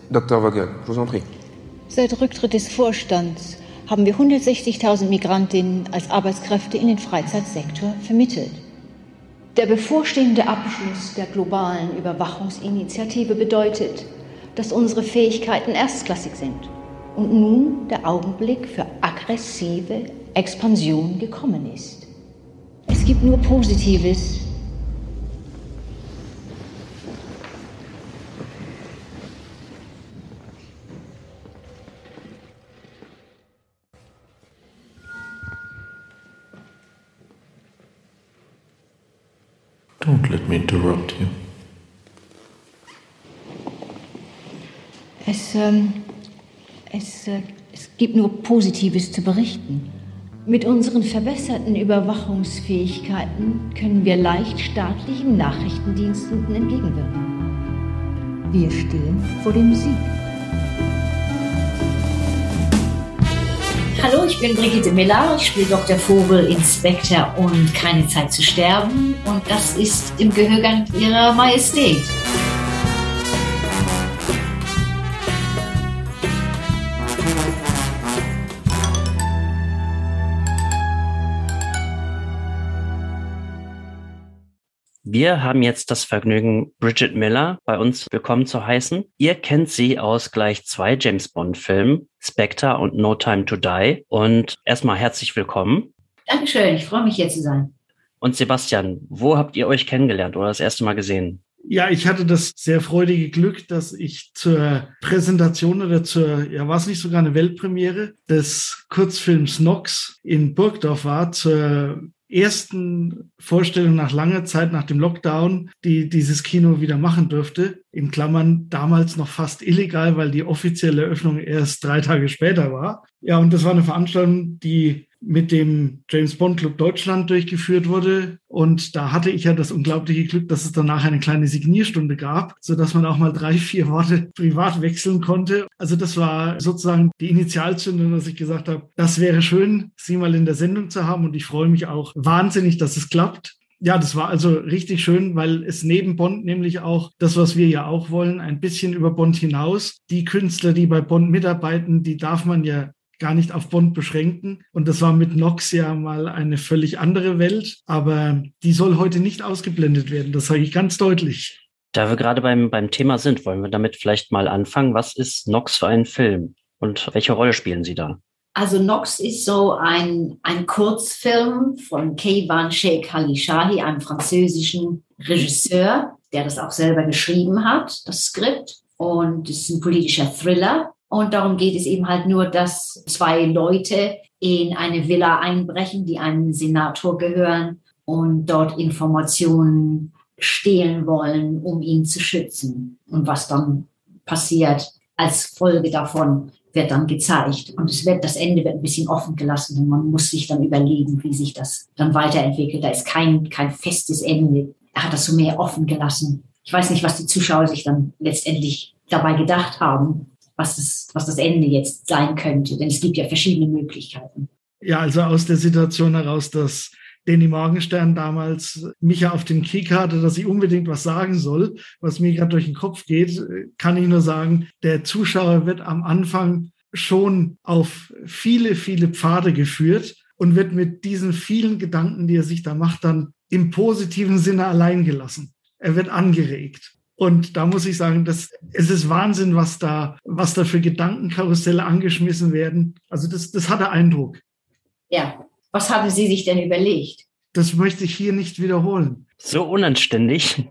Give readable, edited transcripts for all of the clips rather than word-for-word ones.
Dr. Vogel, je vous en prie. Seit Rücktritt des Vorstands haben wir 160.000 Migrantinnen als Arbeitskräfte in den Freizeitsektor vermittelt. Der bevorstehende Abschluss der globalen Überwachungsinitiative bedeutet, dass unsere Fähigkeiten erstklassig sind und nun der Augenblick für aggressive Expansion gekommen ist. Es gibt nur Positives. Don't let me interrupt you. Es gibt nur Positives zu berichten. Mit unseren verbesserten Überwachungsfähigkeiten können wir leicht staatlichen Nachrichtendiensten entgegenwirken. Wir stehen vor dem Sieg. Hallo, ich bin Brigitte Miller, ich spiele Dr. Vogel in Spectre und Keine Zeit zu sterben und das ist im Gehörgang Ihrer Majestät. Wir haben jetzt das Vergnügen, Bridget Miller bei uns willkommen zu heißen. Ihr kennt sie aus gleich 2 James-Bond-Filmen, Spectre und No Time to Die. Und erstmal herzlich willkommen. Dankeschön, ich freue mich, hier zu sein. Und Sebastian, wo habt ihr euch kennengelernt oder das erste Mal gesehen? Ja, ich hatte das sehr freudige Glück, dass ich zur Präsentation oder war es nicht sogar eine Weltpremiere des Kurzfilms Nox in Burgdorf war, zur ersten Vorstellung nach langer Zeit, nach dem Lockdown, die dieses Kino wieder machen durfte. In Klammern damals noch fast illegal, weil die offizielle Eröffnung erst 3 Tage später war. Ja, und das war eine Veranstaltung, die mit dem James Bond Club Deutschland durchgeführt wurde. Und da hatte ich ja das unglaubliche Glück, dass es danach eine kleine Signierstunde gab, sodass man auch mal 3, 4 Worte privat wechseln konnte. Also das war sozusagen die Initialzündung, dass ich gesagt habe, das wäre schön, Sie mal in der Sendung zu haben. Und ich freue mich auch wahnsinnig, dass es klappt. Ja, das war also richtig schön, weil es neben Bond nämlich auch das, was wir ja auch wollen, ein bisschen über Bond hinaus. Die Künstler, die bei Bond mitarbeiten, die darf man ja gar nicht auf Bond beschränken. Und das war mit Nox ja mal eine völlig andere Welt. Aber die soll heute nicht ausgeblendet werden. Das sage ich ganz deutlich. Da wir gerade beim Thema sind, wollen wir damit vielleicht mal anfangen. Was ist Nox für ein Film? Und welche Rolle spielen Sie da? Also Nox ist so ein Kurzfilm von Keyvan Sheikh Ali Shahi, einem französischen Regisseur, der das auch selber geschrieben hat, das Skript. Und es ist ein politischer Thriller. Und darum geht es eben halt nur, dass 2 Leute in eine Villa einbrechen, die einem Senator gehören und dort Informationen stehlen wollen, um ihn zu schützen. Und was dann passiert als Folge davon, wird dann gezeigt. Und das Ende wird ein bisschen offen gelassen und man muss sich dann überlegen, wie sich das dann weiterentwickelt. Da ist kein festes Ende. Er hat das so mehr offen gelassen. Ich weiß nicht, was die Zuschauer sich dann letztendlich dabei gedacht haben, was das Ende jetzt sein könnte. Denn es gibt ja verschiedene Möglichkeiten. Ja, also aus der Situation heraus, dass Danny Morgenstern damals mich ja auf den Kick hatte, dass ich unbedingt was sagen soll, was mir gerade durch den Kopf geht, kann ich nur sagen, der Zuschauer wird am Anfang schon auf viele, viele Pfade geführt und wird mit diesen vielen Gedanken, die er sich da macht, dann im positiven Sinne allein gelassen. Er wird angeregt. Und da muss ich sagen, es ist Wahnsinn, was da für Gedankenkarusselle angeschmissen werden. Also das hat der Eindruck. Ja, was haben Sie sich denn überlegt? Das möchte ich hier nicht wiederholen. So unanständig.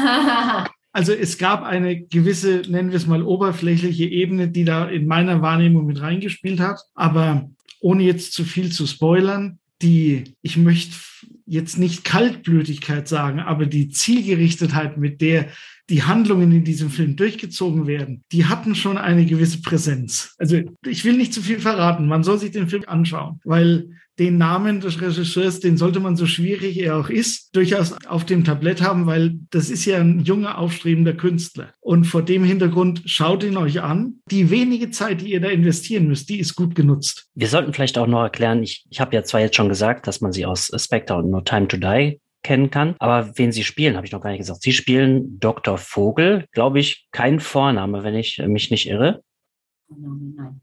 Also es gab eine gewisse, nennen wir es mal, oberflächliche Ebene, die da in meiner Wahrnehmung mit reingespielt hat. Aber ohne jetzt zu viel zu spoilern, ich möchte jetzt nicht Kaltblütigkeit sagen, aber die Zielgerichtetheit, mit der die Handlungen in diesem Film durchgezogen werden, die hatten schon eine gewisse Präsenz. Also ich will nicht zu viel verraten, man soll sich den Film anschauen, weil den Namen des Regisseurs, den sollte man, so schwierig er auch ist, durchaus auf dem Tablett haben, weil das ist ja ein junger, aufstrebender Künstler. Und vor dem Hintergrund schaut ihn euch an. Die wenige Zeit, die ihr da investieren müsst, die ist gut genutzt. Wir sollten vielleicht auch noch erklären, ich habe ja zwar jetzt schon gesagt, dass man sie aus Spectre und No Time to Die kennen kann. Aber wen Sie spielen, habe ich noch gar nicht gesagt. Sie spielen Dr. Vogel, glaube ich, kein Vorname, wenn ich mich nicht irre. Nein.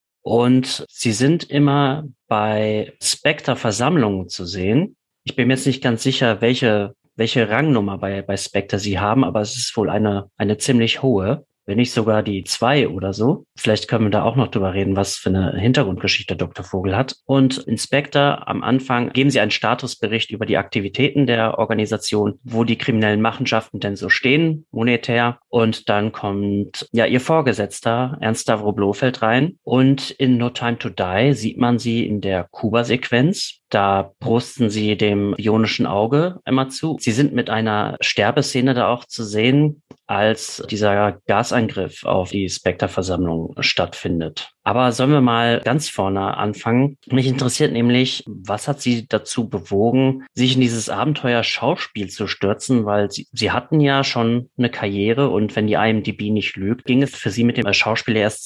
Und Sie sind immer bei Spectre-Versammlungen zu sehen. Ich bin mir jetzt nicht ganz sicher, welche Rangnummer bei Spectre Sie haben, aber es ist wohl eine ziemlich hohe, wenn nicht sogar die 2 oder so. Vielleicht können wir da auch noch drüber reden, was für eine Hintergrundgeschichte Dr. Vogel hat. Und in Spectre am Anfang geben Sie einen Statusbericht über die Aktivitäten der Organisation, wo die kriminellen Machenschaften denn so stehen, monetär. Und dann kommt ja Ihr Vorgesetzter, Ernst Stavro Blofeld, rein. Und in No Time to Die sieht man sie in der Kuba-Sequenz. Da brusten sie dem bionischen Auge einmal zu. Sie sind mit einer Sterbeszene da auch zu sehen, als dieser Gasangriff auf die Spectre-Versammlung stattfindet. Aber sollen wir mal ganz vorne anfangen? Mich interessiert nämlich, was hat Sie dazu bewogen, sich in dieses Abenteuer Schauspiel zu stürzen? Weil Sie hatten ja schon eine Karriere und wenn die IMDb nicht lügt, ging es für Sie mit dem Schauspiel erst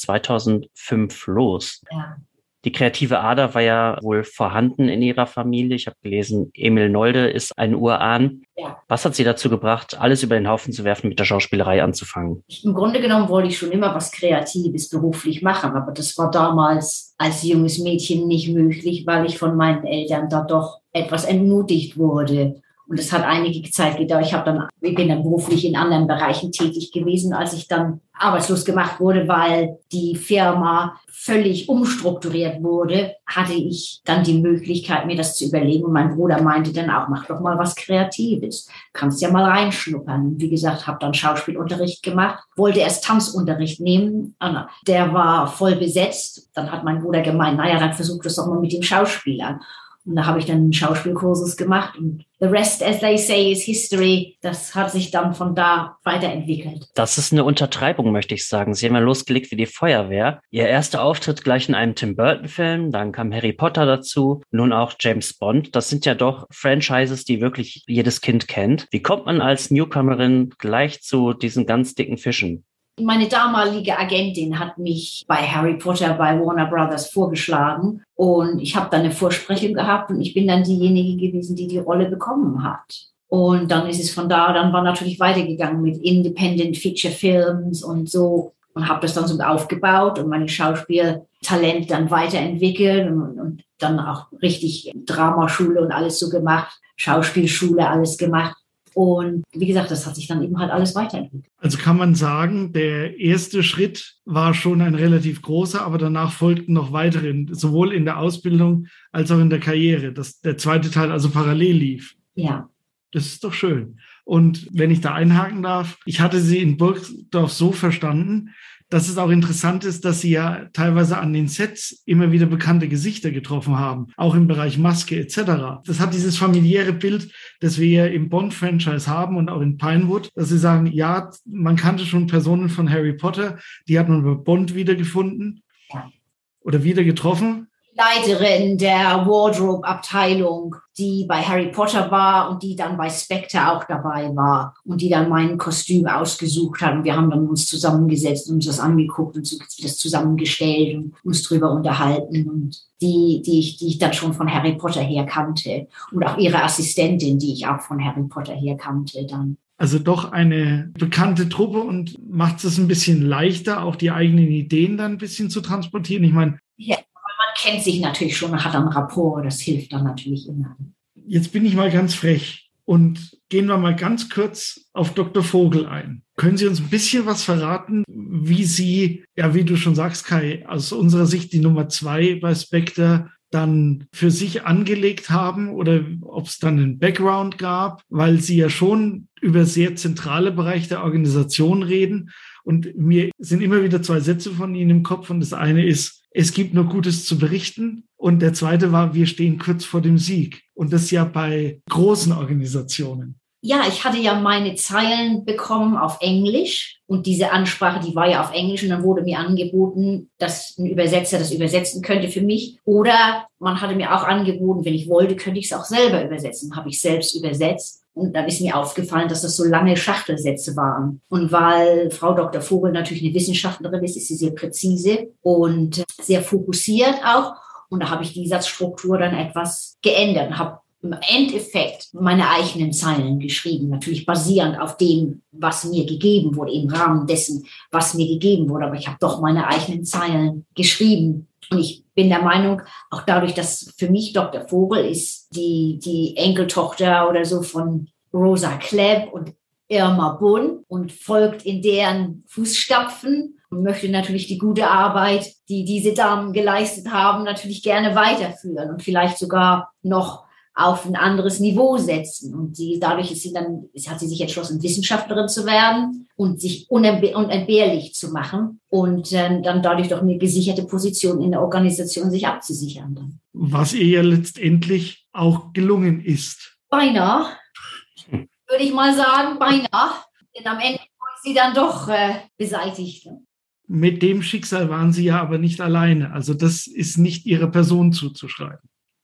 2005 los. Ja. Die kreative Ader war ja wohl vorhanden in Ihrer Familie. Ich habe gelesen, Emil Nolde ist ein Urahn. Ja. Was hat Sie dazu gebracht, alles über den Haufen zu werfen, mit der Schauspielerei anzufangen? Im Grunde genommen wollte ich schon immer was Kreatives beruflich machen, aber das war damals als junges Mädchen nicht möglich, weil ich von meinen Eltern da doch etwas entmutigt wurde. Und es hat einige Zeit gedauert. Ich bin dann beruflich in anderen Bereichen tätig gewesen, als ich dann arbeitslos gemacht wurde, weil die Firma völlig umstrukturiert wurde, hatte ich dann die Möglichkeit, mir das zu überlegen. Und mein Bruder meinte dann auch, mach doch mal was Kreatives. Kannst ja mal reinschnuppern. Und wie gesagt, habe dann Schauspielunterricht gemacht, wollte erst Tanzunterricht nehmen. Der war voll besetzt. Dann hat mein Bruder gemeint, naja, dann versuch das doch mal mit dem Schauspielern. Und da habe ich dann einen Schauspielkursus gemacht und the rest, as they say, is history. Das hat sich dann von da weiterentwickelt. Das ist eine Untertreibung, möchte ich sagen. Sie haben ja losgelegt wie die Feuerwehr. Ihr erster Auftritt gleich in einem Tim Burton-Film, dann kam Harry Potter dazu, nun auch James Bond. Das sind ja doch Franchises, die wirklich jedes Kind kennt. Wie kommt man als Newcomerin gleich zu diesen ganz dicken Fischen? Meine damalige Agentin hat mich bei Harry Potter bei Warner Brothers vorgeschlagen und ich habe dann eine Vorsprechung gehabt und ich bin dann diejenige gewesen, die die Rolle bekommen hat. Und dann ist es von da, dann war natürlich weitergegangen mit Independent Feature Films und so und habe das dann so aufgebaut und meine Schauspieltalent dann weiterentwickelt und dann auch richtig Dramaschule und alles so gemacht, Schauspielschule, alles gemacht. Und wie gesagt, das hat sich dann eben halt alles weiterentwickelt. Also kann man sagen, der erste Schritt war schon ein relativ großer, aber danach folgten noch weitere, sowohl in der Ausbildung als auch in der Karriere, dass der zweite Teil also parallel lief. Ja. Das ist doch schön. Und wenn ich da einhaken darf, ich hatte Sie in Burgdorf so verstanden, dass es auch interessant ist, dass Sie ja teilweise an den Sets immer wieder bekannte Gesichter getroffen haben, auch im Bereich Maske etc. Das hat dieses familiäre Bild, das wir ja im Bond-Franchise haben und auch in Pinewood, dass Sie sagen, ja, man kannte schon Personen von Harry Potter, die hat man bei Bond wiedergefunden oder wieder getroffen. Leiterin der Wardrobe-Abteilung, die bei Harry Potter war und die dann bei Spectre auch dabei war und die dann mein Kostüm ausgesucht hat. Und wir haben dann uns zusammengesetzt und uns das angeguckt und das zusammengestellt und uns drüber unterhalten. Und die ich dann schon von Harry Potter her kannte. Und auch ihre Assistentin, die ich auch von Harry Potter her kannte dann. Also doch eine bekannte Truppe und macht es ein bisschen leichter, auch die eigenen Ideen dann ein bisschen zu transportieren. Ich meine, ja. Man kennt sich natürlich schon und hat einen Rapport, das hilft dann natürlich immer. Jetzt bin ich mal ganz frech und gehen wir mal ganz kurz auf Dr. Vogel ein. Können Sie uns ein bisschen was verraten, wie Sie, ja, wie du schon sagst, Kai, aus unserer Sicht die Nummer 2 bei Spectre dann für sich angelegt haben oder ob es dann einen Background gab, weil Sie ja schon über sehr zentrale Bereiche der Organisation reden. Und mir sind immer wieder 2 Sätze von Ihnen im Kopf und das eine ist, es gibt nur Gutes zu berichten. Und der zweite war, wir stehen kurz vor dem Sieg. Und das ja bei großen Organisationen. Ja, ich hatte ja meine Zeilen bekommen auf Englisch und diese Ansprache, die war ja auf Englisch und dann wurde mir angeboten, dass ein Übersetzer das übersetzen könnte für mich. Oder man hatte mir auch angeboten, wenn ich wollte, könnte ich es auch selber übersetzen. Habe ich selbst übersetzt. Und dann ist mir aufgefallen, dass das so lange Schachtelsätze waren. Und weil Frau Dr. Vogel natürlich eine Wissenschaftlerin ist, ist sie sehr präzise und sehr fokussiert auch. Und da habe ich die Satzstruktur dann etwas geändert und habe im Endeffekt meine eigenen Zeilen geschrieben, natürlich basierend auf dem, was mir gegeben wurde, im Rahmen dessen, was mir gegeben wurde. Aber ich habe doch meine eigenen Zeilen geschrieben. Und ich bin der Meinung, auch dadurch, dass für mich Dr. Vogel ist die Enkeltochter oder so von Rosa Klebb und Irma Bunn und folgt in deren Fußstapfen und möchte natürlich die gute Arbeit, die diese Damen geleistet haben, natürlich gerne weiterführen und vielleicht sogar noch auf ein anderes Niveau setzen. Und dadurch hat sie sich entschlossen, Wissenschaftlerin zu werden und sich unentbehrlich zu machen und dann dadurch doch eine gesicherte Position in der Organisation sich abzusichern. Dann. Was ihr ja letztendlich auch gelungen ist. Beinahe, würde ich mal sagen, beinahe. Denn am Ende wurde sie dann doch beseitigt. Mit dem Schicksal waren Sie ja aber nicht alleine. Also das ist nicht Ihrer Person zuzuschreiben.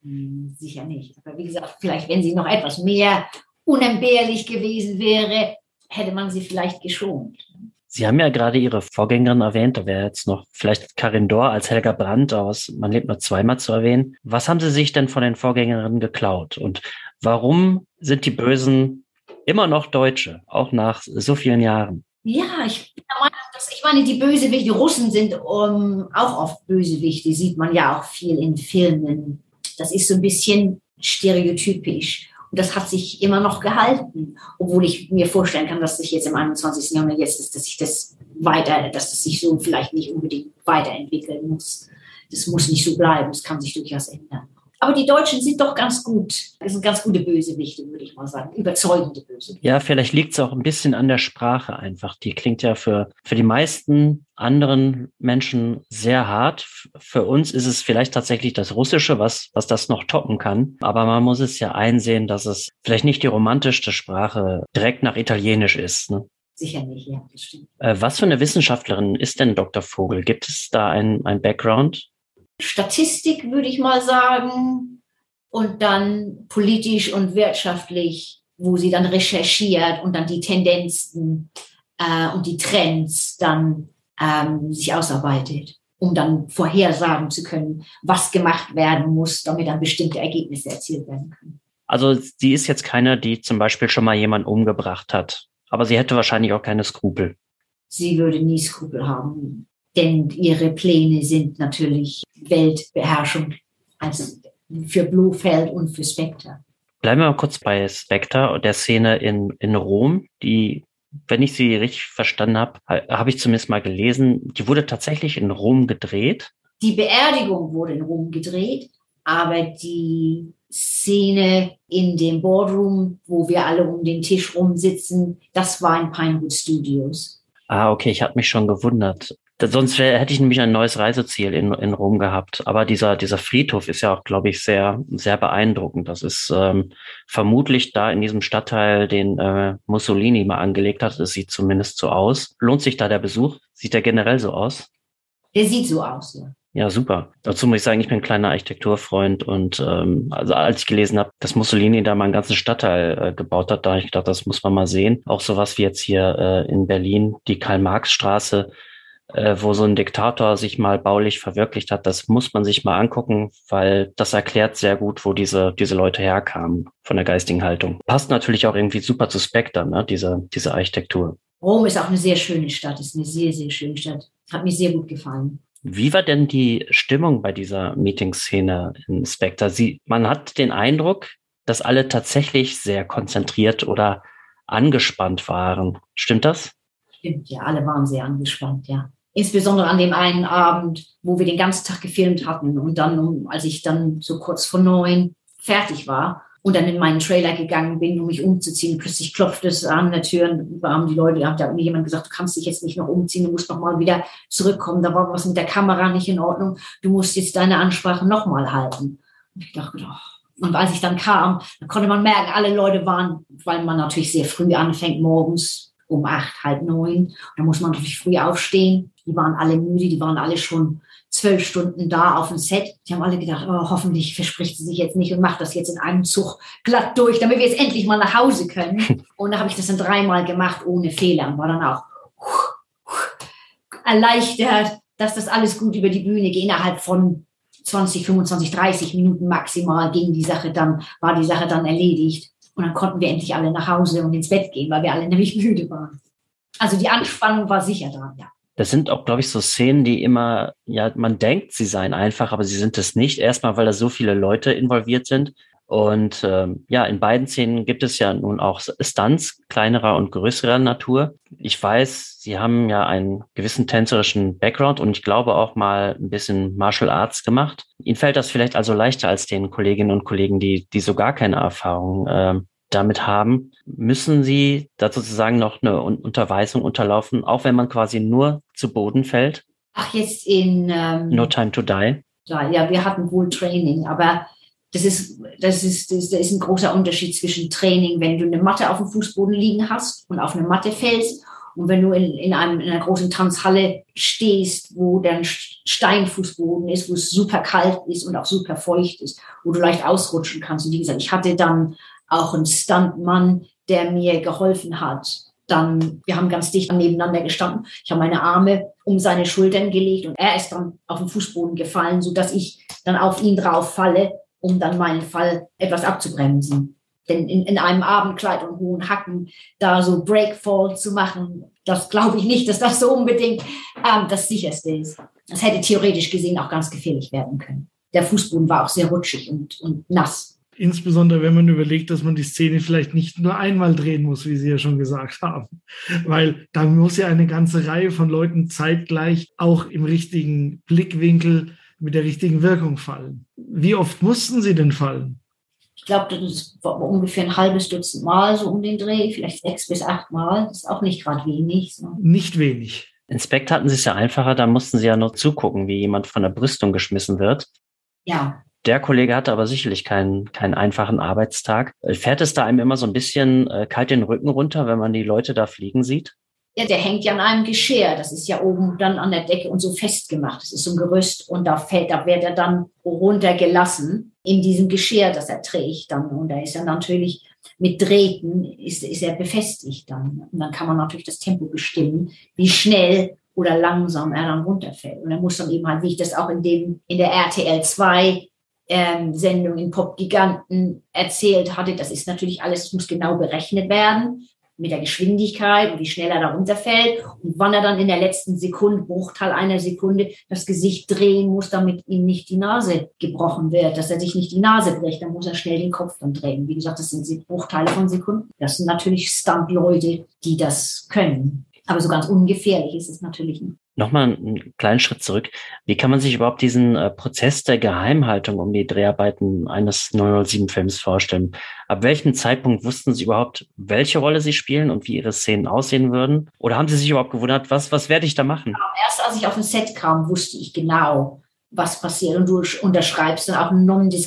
Sicher nicht. Aber wie gesagt, vielleicht, wenn sie noch etwas mehr unentbehrlich gewesen wäre, hätte man sie vielleicht geschont. Sie haben ja gerade Ihre Vorgängerin erwähnt, da wäre jetzt noch vielleicht Karin Dohr als Helga Brandt aus Man lebt nur zweimal zu erwähnen. Was haben Sie sich denn von den Vorgängerinnen geklaut? Und warum sind die Bösen immer noch Deutsche, auch nach so vielen Jahren? Ja, ich bin der Meinung, die Bösewichte, die Russen sind auch oft Bösewichte, sieht man ja auch viel in Filmen. Das ist so ein bisschen stereotypisch. Und das hat sich immer noch gehalten. Obwohl ich mir vorstellen kann, dass sich jetzt im 21. Jahrhundert jetzt ist, dass das sich so vielleicht nicht unbedingt weiterentwickeln muss. Das muss nicht so bleiben. Das kann sich durchaus ändern. Aber die Deutschen sind doch ganz gut. Das sind ganz gute Bösewichte, würde ich mal sagen. Überzeugende Bösewichte. Ja, vielleicht liegt es auch ein bisschen an der Sprache einfach. Die klingt ja für die meisten anderen Menschen sehr hart. Für uns ist es vielleicht tatsächlich das Russische, was das noch toppen kann. Aber man muss es ja einsehen, dass es vielleicht nicht die romantischste Sprache direkt nach Italienisch ist, ne? Sicher nicht, ja, das stimmt. Was für eine Wissenschaftlerin ist denn Dr. Vogel? Gibt es da ein Background? Statistik, würde ich mal sagen, und dann politisch und wirtschaftlich, wo sie dann recherchiert und dann die Tendenzen und die Trends dann sich ausarbeitet, um dann vorhersagen zu können, was gemacht werden muss, damit dann bestimmte Ergebnisse erzielt werden können. Also sie ist jetzt keine, die zum Beispiel schon mal jemanden umgebracht hat, aber sie hätte wahrscheinlich auch keine Skrupel. Sie würde nie Skrupel haben. Denn ihre Pläne sind natürlich Weltbeherrschung, also für Blofeld und für Spectre. Bleiben wir mal kurz bei Spectre und der Szene in Rom, die, wenn ich sie richtig verstanden habe, habe ich zumindest mal gelesen, die wurde tatsächlich in Rom gedreht. Die Beerdigung wurde in Rom gedreht, aber die Szene in dem Boardroom, wo wir alle um den Tisch rumsitzen, das war in Pinewood Studios. Ah, okay, ich hatte mich schon gewundert. Sonst hätte ich nämlich ein neues Reiseziel in Rom gehabt. Aber dieser Friedhof ist ja auch, glaube ich, sehr, sehr beeindruckend. Das ist vermutlich da in diesem Stadtteil, den Mussolini mal angelegt hat. Es sieht zumindest so aus. Lohnt sich da der Besuch? Sieht der generell so aus? Der sieht so aus, ja. Ja, super. Dazu muss ich sagen, ich bin ein kleiner Architekturfreund und also als ich gelesen habe, dass Mussolini da mal einen ganzen Stadtteil gebaut hat, da habe ich gedacht, das muss man mal sehen. Auch sowas wie jetzt hier in Berlin, die Karl-Marx-Straße, wo so ein Diktator sich mal baulich verwirklicht hat, das muss man sich mal angucken, weil das erklärt sehr gut, wo diese Leute herkamen von der geistigen Haltung. Passt natürlich auch irgendwie super zu Spectre, ne? Diese Architektur. Rom ist auch eine sehr schöne Stadt, ist eine sehr, sehr schöne Stadt. Hat mir sehr gut gefallen. Wie war denn die Stimmung bei dieser Meeting-Szene in Spectre? Man hat den Eindruck, dass alle tatsächlich sehr konzentriert oder angespannt waren. Stimmt das? Stimmt, ja, alle waren sehr angespannt, ja. Insbesondere an dem einen Abend, wo wir den ganzen Tag gefilmt hatten und dann, als ich dann so kurz vor 9 fertig war und dann in meinen Trailer gegangen bin, um mich umzuziehen, plötzlich klopfte es an der Tür und da haben die Leute, da hat mir jemand gesagt, du kannst dich jetzt nicht noch umziehen, du musst noch mal wieder zurückkommen, da war was mit der Kamera nicht in Ordnung, du musst jetzt deine Ansprache noch mal halten. Und ich dachte, oh. Und als ich dann kam, da konnte man merken, alle Leute waren, weil man natürlich sehr früh anfängt morgens, um 8, halb 9. Da muss man natürlich früh aufstehen. Die waren alle müde, die waren alle schon 12 Stunden da auf dem Set. Die haben alle gedacht, oh, hoffentlich verspricht sie sich jetzt nicht und macht das jetzt in einem Zug glatt durch, damit wir jetzt endlich mal nach Hause können. Und da habe ich das dann 3-mal gemacht, ohne Fehler. Und war dann auch erleichtert, dass das alles gut über die Bühne geht. Innerhalb von 20, 25, 30 Minuten maximal war die Sache dann erledigt. Und dann konnten wir endlich alle nach Hause und ins Bett gehen, weil wir alle nämlich müde waren. Also die Anspannung war sicher da, ja. Das sind auch, glaube ich, so Szenen, die immer, ja, man denkt, sie seien einfach, aber sie sind es nicht. Erstmal, weil da so viele Leute involviert sind. Und ja, in beiden Szenen gibt es ja nun auch Stunts kleinerer und größerer Natur. Ich weiß, Sie haben ja einen gewissen tänzerischen Background und ich glaube auch mal ein bisschen Martial Arts gemacht. Ihnen fällt das vielleicht also leichter als den Kolleginnen und Kollegen, die so gar keine Erfahrung damit haben. Müssen Sie da sozusagen noch eine Unterweisung unterlaufen, auch wenn man quasi nur zu Boden fällt? Ach, jetzt in No Time to Die? Ja, wir hatten wohl Training, aber das ist ein großer Unterschied zwischen Training, wenn du eine Matte auf dem Fußboden liegen hast und auf eine Matte fällst und wenn du in einer großen Tanzhalle stehst, wo dann Steinfußboden ist, wo es super kalt ist und auch super feucht ist, wo du leicht ausrutschen kannst. Und wie gesagt, ich hatte dann auch einen Stuntmann, der mir geholfen hat. Wir haben ganz dicht nebeneinander gestanden. Ich habe meine Arme um seine Schultern gelegt und er ist dann auf den Fußboden gefallen, sodass ich dann auf ihn drauf falle, um dann meinen Fall etwas abzubremsen. Denn in einem Abendkleid und hohen Hacken da so Breakfall zu machen, das glaube ich nicht, dass das so unbedingt das Sicherste ist. Das hätte theoretisch gesehen auch ganz gefährlich werden können. Der Fußboden war auch sehr rutschig und nass. Insbesondere, wenn man überlegt, dass man die Szene vielleicht nicht nur einmal drehen muss, wie Sie ja schon gesagt haben. Weil da muss ja eine ganze Reihe von Leuten zeitgleich auch im richtigen Blickwinkel mit der richtigen Wirkung fallen. Wie oft mussten Sie denn fallen? Ich glaube, das war ungefähr ein halbes Dutzend Mal so um den Dreh, vielleicht 6 bis 8 Mal. Das ist auch nicht gerade wenig. So. Nicht wenig. In Spectre hatten Sie es ja einfacher, da mussten Sie ja nur zugucken, wie jemand von der Brüstung geschmissen wird. Ja. Der Kollege hatte aber sicherlich keinen einfachen Arbeitstag. Fährt es da einem immer so ein bisschen kalt den Rücken runter, wenn man die Leute da fliegen sieht? Ja, der hängt ja an einem Geschirr. Das ist ja oben dann an der Decke und so festgemacht. Das ist so ein Gerüst und da wird er dann runtergelassen in diesem Geschirr, das er trägt dann. Und da ist er natürlich mit Drähten ist er befestigt dann. Und dann kann man natürlich das Tempo bestimmen, wie schnell oder langsam er dann runterfällt. Und er muss dann eben halt, wie ich das auch in der RTL 2 Sendung in Pop Giganten erzählt hatte, das ist natürlich alles, das muss genau berechnet werden mit der Geschwindigkeit und wie schnell er da runterfällt und wann er dann in der letzten Sekunde, Bruchteil einer Sekunde, das Gesicht drehen muss, damit ihm nicht die Nase gebrochen wird, dass er sich nicht die Nase bricht, dann muss er schnell den Kopf dann drehen. Wie gesagt, das sind Bruchteile von Sekunden. Das sind natürlich Stunt-Leute, die das können. Aber so ganz ungefährlich ist es natürlich nicht. Nochmal einen kleinen Schritt zurück. Wie kann man sich überhaupt diesen Prozess der Geheimhaltung um die Dreharbeiten eines 007-Films vorstellen? Ab welchem Zeitpunkt wussten Sie überhaupt, welche Rolle Sie spielen und wie Ihre Szenen aussehen würden? Oder haben Sie sich überhaupt gewundert, was werde ich da machen? Erst als ich auf ein Set kam, wusste ich genau, was passiert. Und du unterschreibst dann auch einen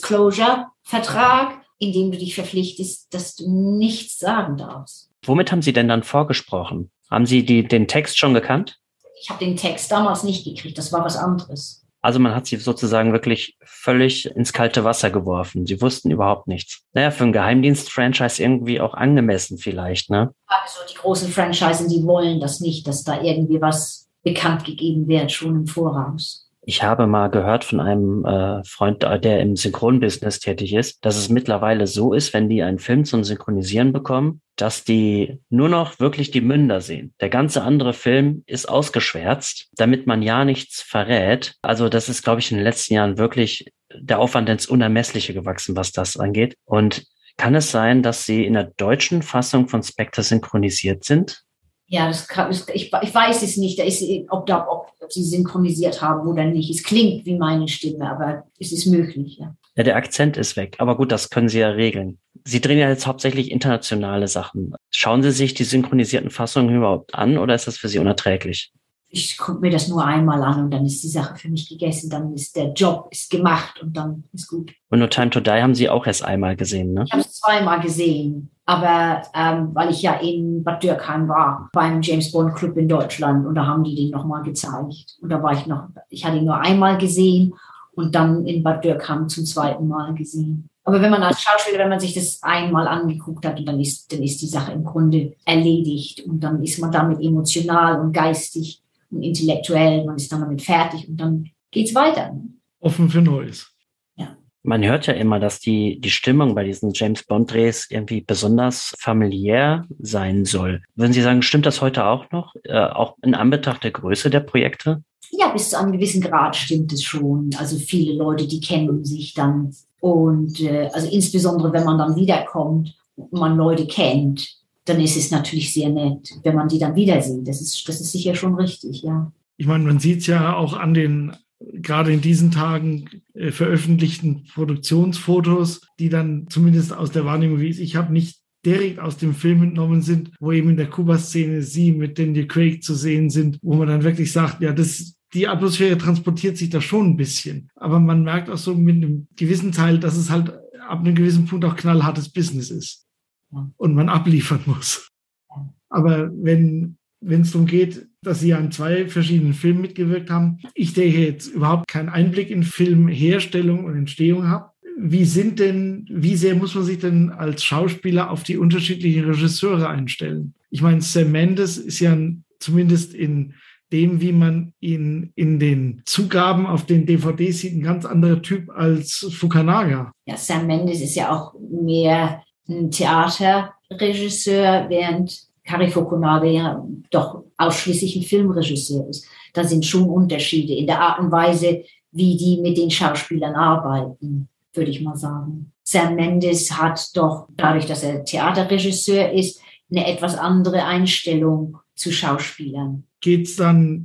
Non-Disclosure-Vertrag, in dem du dich verpflichtest, dass du nichts sagen darfst. Womit haben Sie denn dann vorgesprochen? Haben Sie den Text schon gekannt? Ich habe den Text damals nicht gekriegt, das war was anderes. Also man hat Sie sozusagen wirklich völlig ins kalte Wasser geworfen. Sie wussten überhaupt nichts. Naja, für ein Geheimdienst-Franchise irgendwie auch angemessen vielleicht, ne? Also die großen Franchisen, die wollen das nicht, dass da irgendwie was bekannt gegeben wird, schon im Voraus. Ich habe mal gehört von einem Freund, der im Synchronbusiness tätig ist, dass es mittlerweile so ist, wenn die einen Film zum Synchronisieren bekommen, dass die nur noch wirklich die Münder sehen. Der ganze andere Film ist ausgeschwärzt, damit man ja nichts verrät. Also das ist, glaube ich, in den letzten Jahren wirklich der Aufwand ins Unermessliche gewachsen, was das angeht. Und kann es sein, dass Sie in der deutschen Fassung von Spectre synchronisiert sind? Ja, ich weiß es nicht, ob sie synchronisiert haben oder nicht. Es klingt wie meine Stimme, aber es ist möglich, ja. Ja, der Akzent ist weg. Aber gut, das können Sie ja regeln. Sie drehen ja jetzt hauptsächlich internationale Sachen. Schauen Sie sich die synchronisierten Fassungen überhaupt an oder ist das für Sie unerträglich? Ich gucke mir das nur einmal an und dann ist die Sache für mich gegessen. Dann ist der Job gemacht und dann ist gut. Und No Time to Die haben Sie auch erst einmal gesehen, ne? Ich habe es 2-mal gesehen. Aber weil ich ja in Bad Dürkheim war, beim James Bond Club in Deutschland und da haben die den nochmal gezeigt. Und da war ich hatte ihn nur einmal gesehen und dann in Bad Dürkheim zum 2. Mal gesehen. Aber wenn man als Schauspieler, wenn man sich das einmal angeguckt hat, dann ist die Sache im Grunde erledigt und dann ist man damit emotional und geistig und intellektuell, man ist dann damit fertig und dann geht's weiter. Offen für Neues. Man hört ja immer, dass die Stimmung bei diesen James-Bond-Drehs irgendwie besonders familiär sein soll. Würden Sie sagen, stimmt das heute auch noch? Auch in Anbetracht der Größe der Projekte? Ja, bis zu einem gewissen Grad stimmt es schon. Also viele Leute, die kennen sich dann. Und also insbesondere, wenn man dann wiederkommt und man Leute kennt, dann ist es natürlich sehr nett, wenn man die dann wieder sieht. Das ist sicher schon richtig, ja. Ich meine, man sieht es ja auch an den gerade in diesen Tagen veröffentlichten Produktionsfotos, die dann zumindest aus der Wahrnehmung, wie ich habe, nicht direkt aus dem Film entnommen sind, wo eben in der Kuba-Szene sie mit Daniel Craig zu sehen sind, wo man dann wirklich sagt, ja, die Atmosphäre transportiert sich da schon ein bisschen. Aber man merkt auch so mit einem gewissen Teil, dass es halt ab einem gewissen Punkt auch knallhartes Business ist und man abliefern muss. Aber wenn es darum geht, dass Sie an 2 verschiedenen Filmen mitgewirkt haben, ich denke jetzt überhaupt keinen Einblick in Filmherstellung und Entstehung habe. Wie sehr muss man sich denn als Schauspieler auf die unterschiedlichen Regisseure einstellen? Ich meine, Sam Mendes ist ja zumindest in dem, wie man ihn in den Zugaben auf den DVDs sieht, ein ganz anderer Typ als Fukunaga. Ja, Sam Mendes ist ja auch mehr ein Theaterregisseur, während Cary Fukunaga ja doch ausschließlich ein Filmregisseur ist. Da sind schon Unterschiede in der Art und Weise, wie die mit den Schauspielern arbeiten, würde ich mal sagen. Sam Mendes hat doch, dadurch, dass er Theaterregisseur ist, eine etwas andere Einstellung zu Schauspielern. Geht's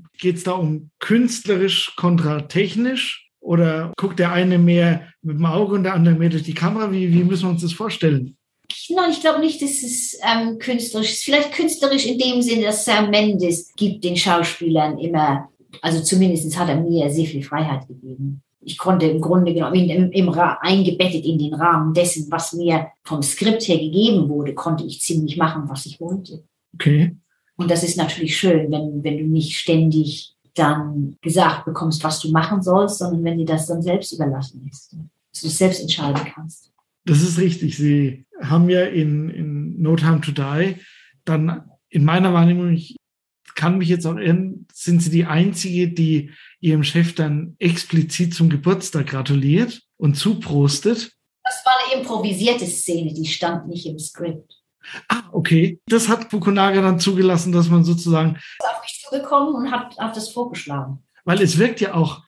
da um künstlerisch kontra technisch? Oder guckt der eine mehr mit dem Auge und der andere mehr durch die Kamera? Wie müssen wir uns das vorstellen? Nein, ich glaube nicht, dass es künstlerisch ist. Vielleicht künstlerisch in dem Sinne, dass Sam Mendes gibt den Schauspielern immer, also zumindest hat er mir sehr viel Freiheit gegeben. Ich konnte im Grunde genommen eingebettet in den Rahmen dessen, was mir vom Skript her gegeben wurde, konnte ich ziemlich machen, was ich wollte. Okay. Und das ist natürlich schön, wenn du nicht ständig dann gesagt bekommst, was du machen sollst, sondern wenn dir das dann selbst überlassen ist, dass du es selbst entscheiden kannst. Das ist richtig. Sie haben ja in No Time to Die dann in meiner Wahrnehmung, ich kann mich jetzt auch erinnern, sind Sie die Einzige, die Ihrem Chef dann explizit zum Geburtstag gratuliert und zuprostet. Das war eine improvisierte Szene, die stand nicht im Skript. Ah, okay. Das hat Fukunaga dann zugelassen, dass man sozusagen... Er ist auf mich zugekommen und hat das vorgeschlagen. Weil es wirkt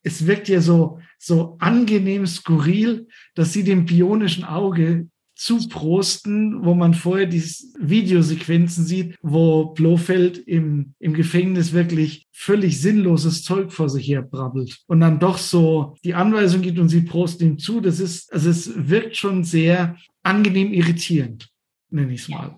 ja so angenehm skurril, dass Sie dem bionischen Auge zuprosten, wo man vorher die Videosequenzen sieht, wo Blofeld im Gefängnis wirklich völlig sinnloses Zeug vor sich her brabbelt und dann doch so die Anweisung gibt und Sie prosten ihm zu. Es wirkt schon sehr angenehm irritierend, nenne ich es mal.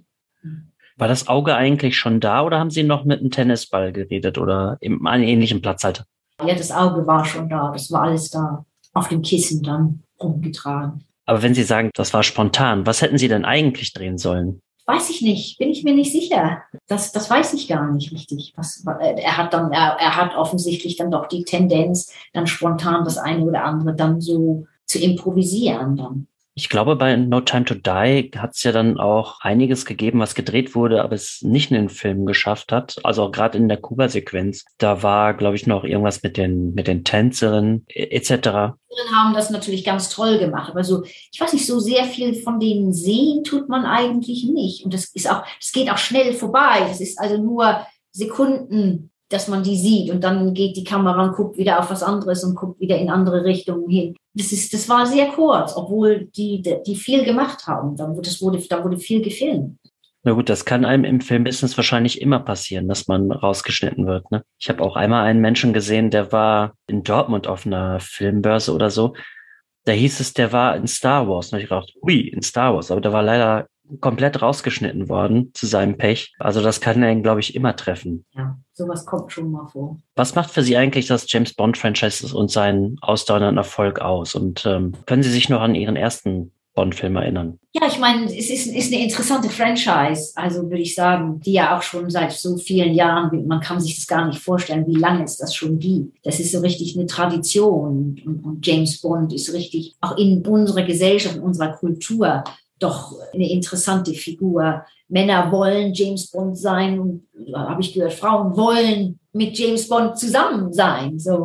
War das Auge eigentlich schon da oder haben Sie noch mit einem Tennisball geredet oder an einem ähnlichen Platzhalter? Ja, das Auge war schon da, das war alles da, auf dem Kissen dann rumgetragen. Aber wenn Sie sagen, das war spontan, was hätten Sie denn eigentlich drehen sollen? Weiß ich nicht, bin ich mir nicht sicher. Das weiß ich gar nicht richtig. Er hat offensichtlich dann doch die Tendenz, dann spontan das eine oder andere dann so zu improvisieren dann. Ich glaube, bei No Time to Die hat es ja dann auch einiges gegeben, was gedreht wurde, aber es nicht in den Film geschafft hat. Also auch gerade in der Kuba-Sequenz. Da war, glaube ich, noch irgendwas mit den Tänzerinnen etc. Die haben das natürlich ganz toll gemacht. Aber so, ich weiß nicht, so sehr viel von denen sehen tut man eigentlich nicht. Und das geht auch schnell vorbei. Das ist also nur Sekunden, dass man die sieht und dann geht die Kamera und guckt wieder auf was anderes und guckt wieder in andere Richtungen hin. Das war sehr kurz, obwohl die viel gemacht haben. Da wurde viel gefilmt. Na gut, das kann einem im Filmbusiness wahrscheinlich immer passieren, dass man rausgeschnitten wird, ne? Ich habe auch einmal einen Menschen gesehen, der war in Dortmund auf einer Filmbörse oder so. Da hieß es, der war in Star Wars. Und ich dachte, ui, in Star Wars. Aber der war leider komplett rausgeschnitten worden zu seinem Pech. Also das kann einen, glaube ich, immer treffen. Ja, sowas kommt schon mal vor. Was macht für Sie eigentlich das James-Bond-Franchise und seinen ausdauernden Erfolg aus? Und können Sie sich noch an Ihren ersten Bond-Film erinnern? Ja, ich meine, es ist eine interessante Franchise, also würde ich sagen, die ja auch schon seit so vielen Jahren, man kann sich das gar nicht vorstellen, wie lange es das schon gibt. Das ist so richtig eine Tradition und James Bond ist richtig auch in unserer Gesellschaft, in unserer Kultur doch eine interessante Figur. Männer wollen James Bond sein und, habe ich gehört, Frauen wollen mit James Bond zusammen sein. So,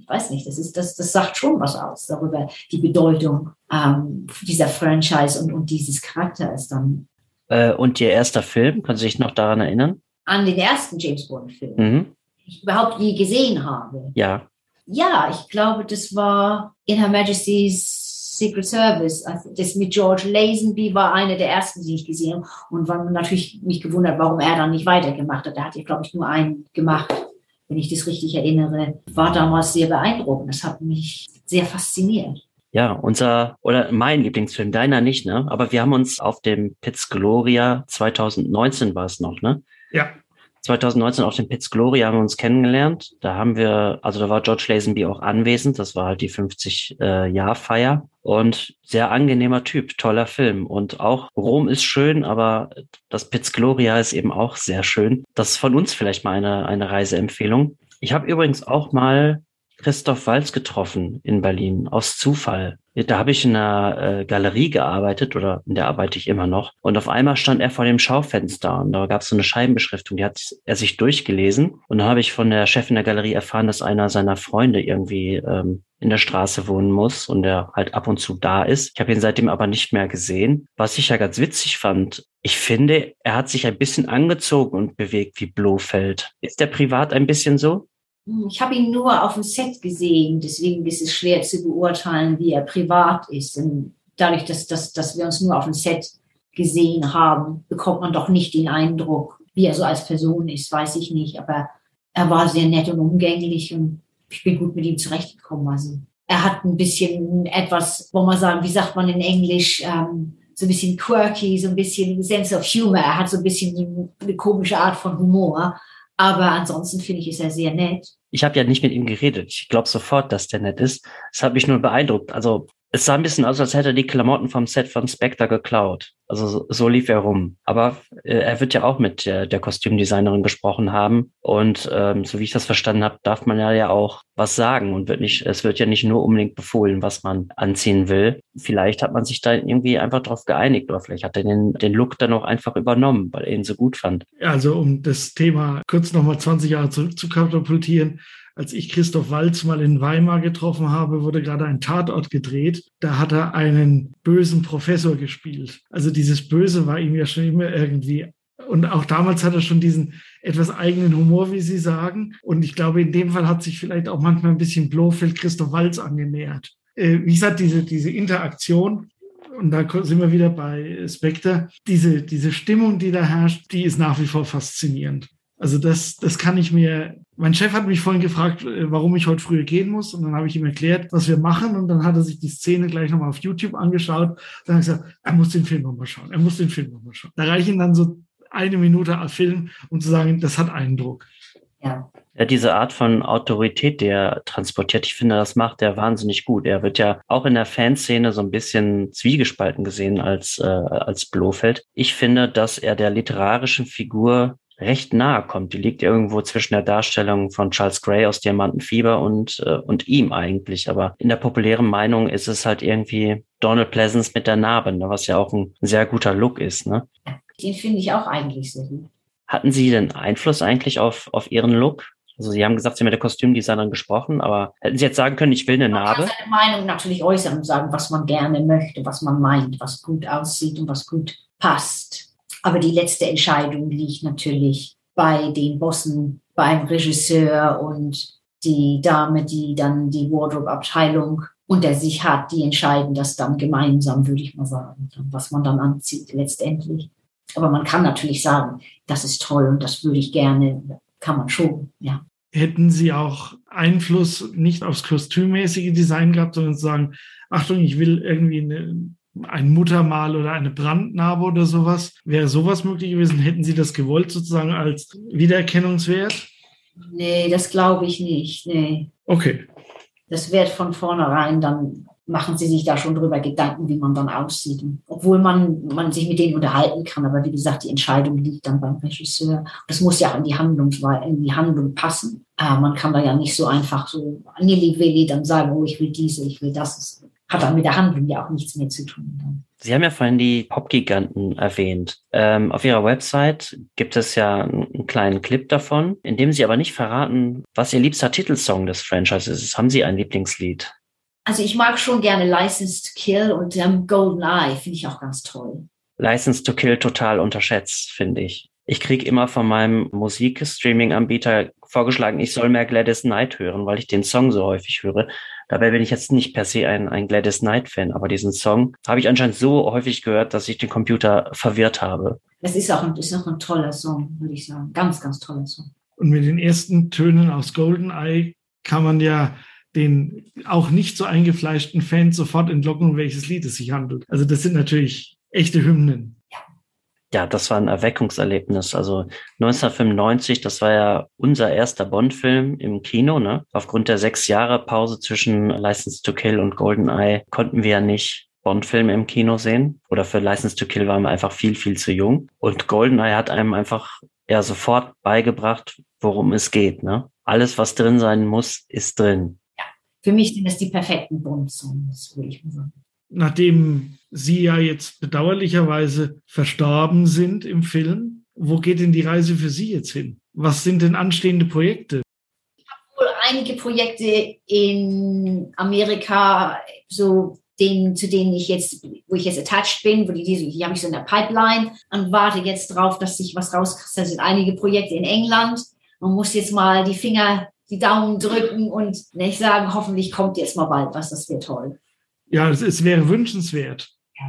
weiß nicht, das sagt schon was aus darüber, die Bedeutung dieser Franchise und dieses Charakters dann. Und Ihr erster Film, können Sie sich noch daran erinnern? An den ersten James Bond-Film, den ich überhaupt je gesehen habe. Ja. Ja, ich glaube, das war in Her Majesty's Secret Service. Also das mit George Lazenby war einer der ersten, die ich gesehen habe. Und war natürlich mich gewundert, warum er dann nicht weitergemacht hat. Er hat ja, glaube ich, nur einen gemacht, wenn ich das richtig erinnere. War damals sehr beeindruckend. Das hat mich sehr fasziniert. Ja, mein Lieblingsfilm, deiner nicht, ne? Aber wir haben uns auf dem Piz Gloria 2019 war es noch, ne? Ja. 2019 auf dem Piz Gloria haben wir uns kennengelernt. Da war George Lazenby auch anwesend. Das war halt die 50-Jahr-Feier. Und sehr angenehmer Typ, toller Film. Und auch Rom ist schön, aber das Piz Gloria ist eben auch sehr schön. Das ist von uns vielleicht mal eine Reiseempfehlung. Ich habe übrigens auch mal Christoph Waltz getroffen in Berlin, aus Zufall. Da habe ich in einer Galerie gearbeitet, oder in der arbeite ich immer noch. Und auf einmal stand er vor dem Schaufenster und da gab es so eine Scheibenbeschriftung, die hat er sich durchgelesen. Und dann habe ich von der Chefin der Galerie erfahren, dass einer seiner Freunde irgendwie in der Straße wohnen muss und der halt ab und zu da ist. Ich habe ihn seitdem aber nicht mehr gesehen. Was ich ja ganz witzig fand, ich finde, er hat sich ein bisschen angezogen und bewegt wie Blofeld. Ist der privat ein bisschen so? Ich habe ihn nur auf dem Set gesehen, deswegen ist es schwer zu beurteilen, wie er privat ist. Und dadurch, dass wir uns nur auf dem Set gesehen haben, bekommt man doch nicht den Eindruck, wie er so als Person ist, weiß ich nicht. Aber er war sehr nett und umgänglich und ich bin gut mit ihm zurechtgekommen. Also er hat ein bisschen etwas, wo man sagen, wie sagt man in Englisch, so ein bisschen quirky, so ein bisschen Sense of Humor. Er hat so ein bisschen eine komische Art von Humor. Aber ansonsten finde ich, ist er sehr nett. Ich habe ja nicht mit ihm geredet. Ich glaube sofort, dass der nett ist. Das hat mich nur beeindruckt. Also es sah ein bisschen aus, als hätte er die Klamotten vom Set von Spectre geklaut. Also so lief er rum. Aber er wird ja auch mit der Kostümdesignerin gesprochen haben. Und so wie ich das verstanden habe, darf man ja auch was sagen und es wird ja nicht nur unbedingt befohlen, was man anziehen will. Vielleicht hat man sich da irgendwie einfach drauf geeinigt oder vielleicht hat er den Look dann auch einfach übernommen, weil er ihn so gut fand. Also um das Thema kurz nochmal 20 Jahre zurückzukatapultieren. Als ich Christoph Waltz mal in Weimar getroffen habe, wurde gerade ein Tatort gedreht. Da hat er einen bösen Professor gespielt. Also dieses Böse war ihm ja schon immer irgendwie. Und auch damals hat er schon diesen etwas eigenen Humor, wie Sie sagen. Und ich glaube, in dem Fall hat sich vielleicht auch manchmal ein bisschen Blofeld Christoph Waltz angenähert. Wie gesagt, diese Interaktion, und da sind wir wieder bei Spectre, diese Stimmung, die da herrscht, die ist nach wie vor faszinierend. Also das kann ich mir, mein Chef hat mich vorhin gefragt, warum ich heute früher gehen muss. Und dann habe ich ihm erklärt, was wir machen. Und dann hat er sich die Szene gleich nochmal auf YouTube angeschaut. Dann hat er gesagt, er muss den Film nochmal schauen. Da reichen dann so 1 Minute Film, um zu sagen, das hat Eindruck. Ja. Ja, diese Art von Autorität, die er transportiert, ich finde, das macht er wahnsinnig gut. Er wird ja auch in der Fanszene so ein bisschen zwiegespalten gesehen als Blofeld. Ich finde, dass er der literarischen Figur recht nahe kommt. Die liegt irgendwo zwischen der Darstellung von Charles Gray aus Diamantenfieber und ihm eigentlich. Aber in der populären Meinung ist es halt irgendwie Donald Pleasence mit der Narbe, ne, was ja auch ein sehr guter Look ist. Ne? Den finde ich auch eigentlich sehr gut. Hatten Sie denn Einfluss eigentlich auf Ihren Look? Also Sie haben gesagt, Sie haben mit der Kostümdesignerin gesprochen, aber hätten Sie jetzt sagen können, ich will eine Narbe? Man kann seine Meinung natürlich äußern und sagen, was man gerne möchte, was man meint, was gut aussieht und was gut passt. Aber die letzte Entscheidung liegt natürlich bei den Bossen, beim Regisseur und die Dame, die dann die Wardrobe-Abteilung unter sich hat, die entscheiden das dann gemeinsam, würde ich mal sagen, was man dann anzieht letztendlich. Aber man kann natürlich sagen, das ist toll und das würde ich gerne, kann man schon, ja. Hätten Sie auch Einfluss nicht aufs kostümmäßige Design gehabt, sondern sagen, Achtung, ich will irgendwie ein Muttermal oder eine Brandnarbe oder sowas. Wäre sowas möglich gewesen? Hätten Sie das gewollt sozusagen als Wiedererkennungswert? Nee, das glaube ich nicht. Nee. Okay. Das wird von vornherein, dann machen Sie sich da schon drüber Gedanken, wie man dann aussieht. Obwohl man sich mit denen unterhalten kann. Aber wie gesagt, die Entscheidung liegt dann beim Regisseur. Das muss ja auch in die Handlung passen. Man kann da ja nicht so einfach so nilly-willy dann sagen, oh, ich will diese, ich will das. Hat dann mit der Handlung ja auch nichts mehr zu tun. Sie haben ja vorhin die Popgiganten erwähnt. Auf Ihrer Website gibt es ja einen kleinen Clip davon, in dem Sie aber nicht verraten, was Ihr liebster Titelsong des Franchises ist. Haben Sie ein Lieblingslied? Also ich mag schon gerne License to Kill und GoldenEye finde ich auch ganz toll. License to Kill total unterschätzt, finde ich. Ich kriege immer von meinem Musikstreaming-Anbieter vorgeschlagen, ich soll mehr Gladys Knight hören, weil ich den Song so häufig höre. Dabei bin ich jetzt nicht per se ein Gladys Knight-Fan, aber diesen Song habe ich anscheinend so häufig gehört, dass ich den Computer verwirrt habe. Das ist auch ein toller Song, würde ich sagen. Ganz, ganz toller Song. Und mit den ersten Tönen aus GoldenEye kann man ja den auch nicht so eingefleischten Fans sofort entlocken, um welches Lied es sich handelt. Also das sind natürlich echte Hymnen. Ja, das war ein Erweckungserlebnis. Also 1995, das war ja unser erster Bond-Film im Kino, ne? Aufgrund der 6 Jahre Pause zwischen License to Kill und GoldenEye konnten wir ja nicht Bond-Filme im Kino sehen. Oder für License to Kill waren wir einfach viel, viel zu jung. Und GoldenEye hat einem einfach ja sofort beigebracht, worum es geht, ne? Alles, was drin sein muss, ist drin. Ja, für mich sind das die perfekten Bond-Songs, würde ich mal sagen. Nachdem Sie ja jetzt bedauerlicherweise verstorben sind im Film, wo geht denn die Reise für Sie jetzt hin? Was sind denn anstehende Projekte? Ich habe wohl einige Projekte in Amerika, so zu denen wo ich jetzt attached bin, die habe ich so in der Pipeline und warte jetzt drauf, dass sich was rauskristallisiert. Einige Projekte in England. Man muss jetzt mal die Daumen drücken und nicht sagen, hoffentlich kommt jetzt mal bald was, das wäre toll. Ja, es wäre wünschenswert,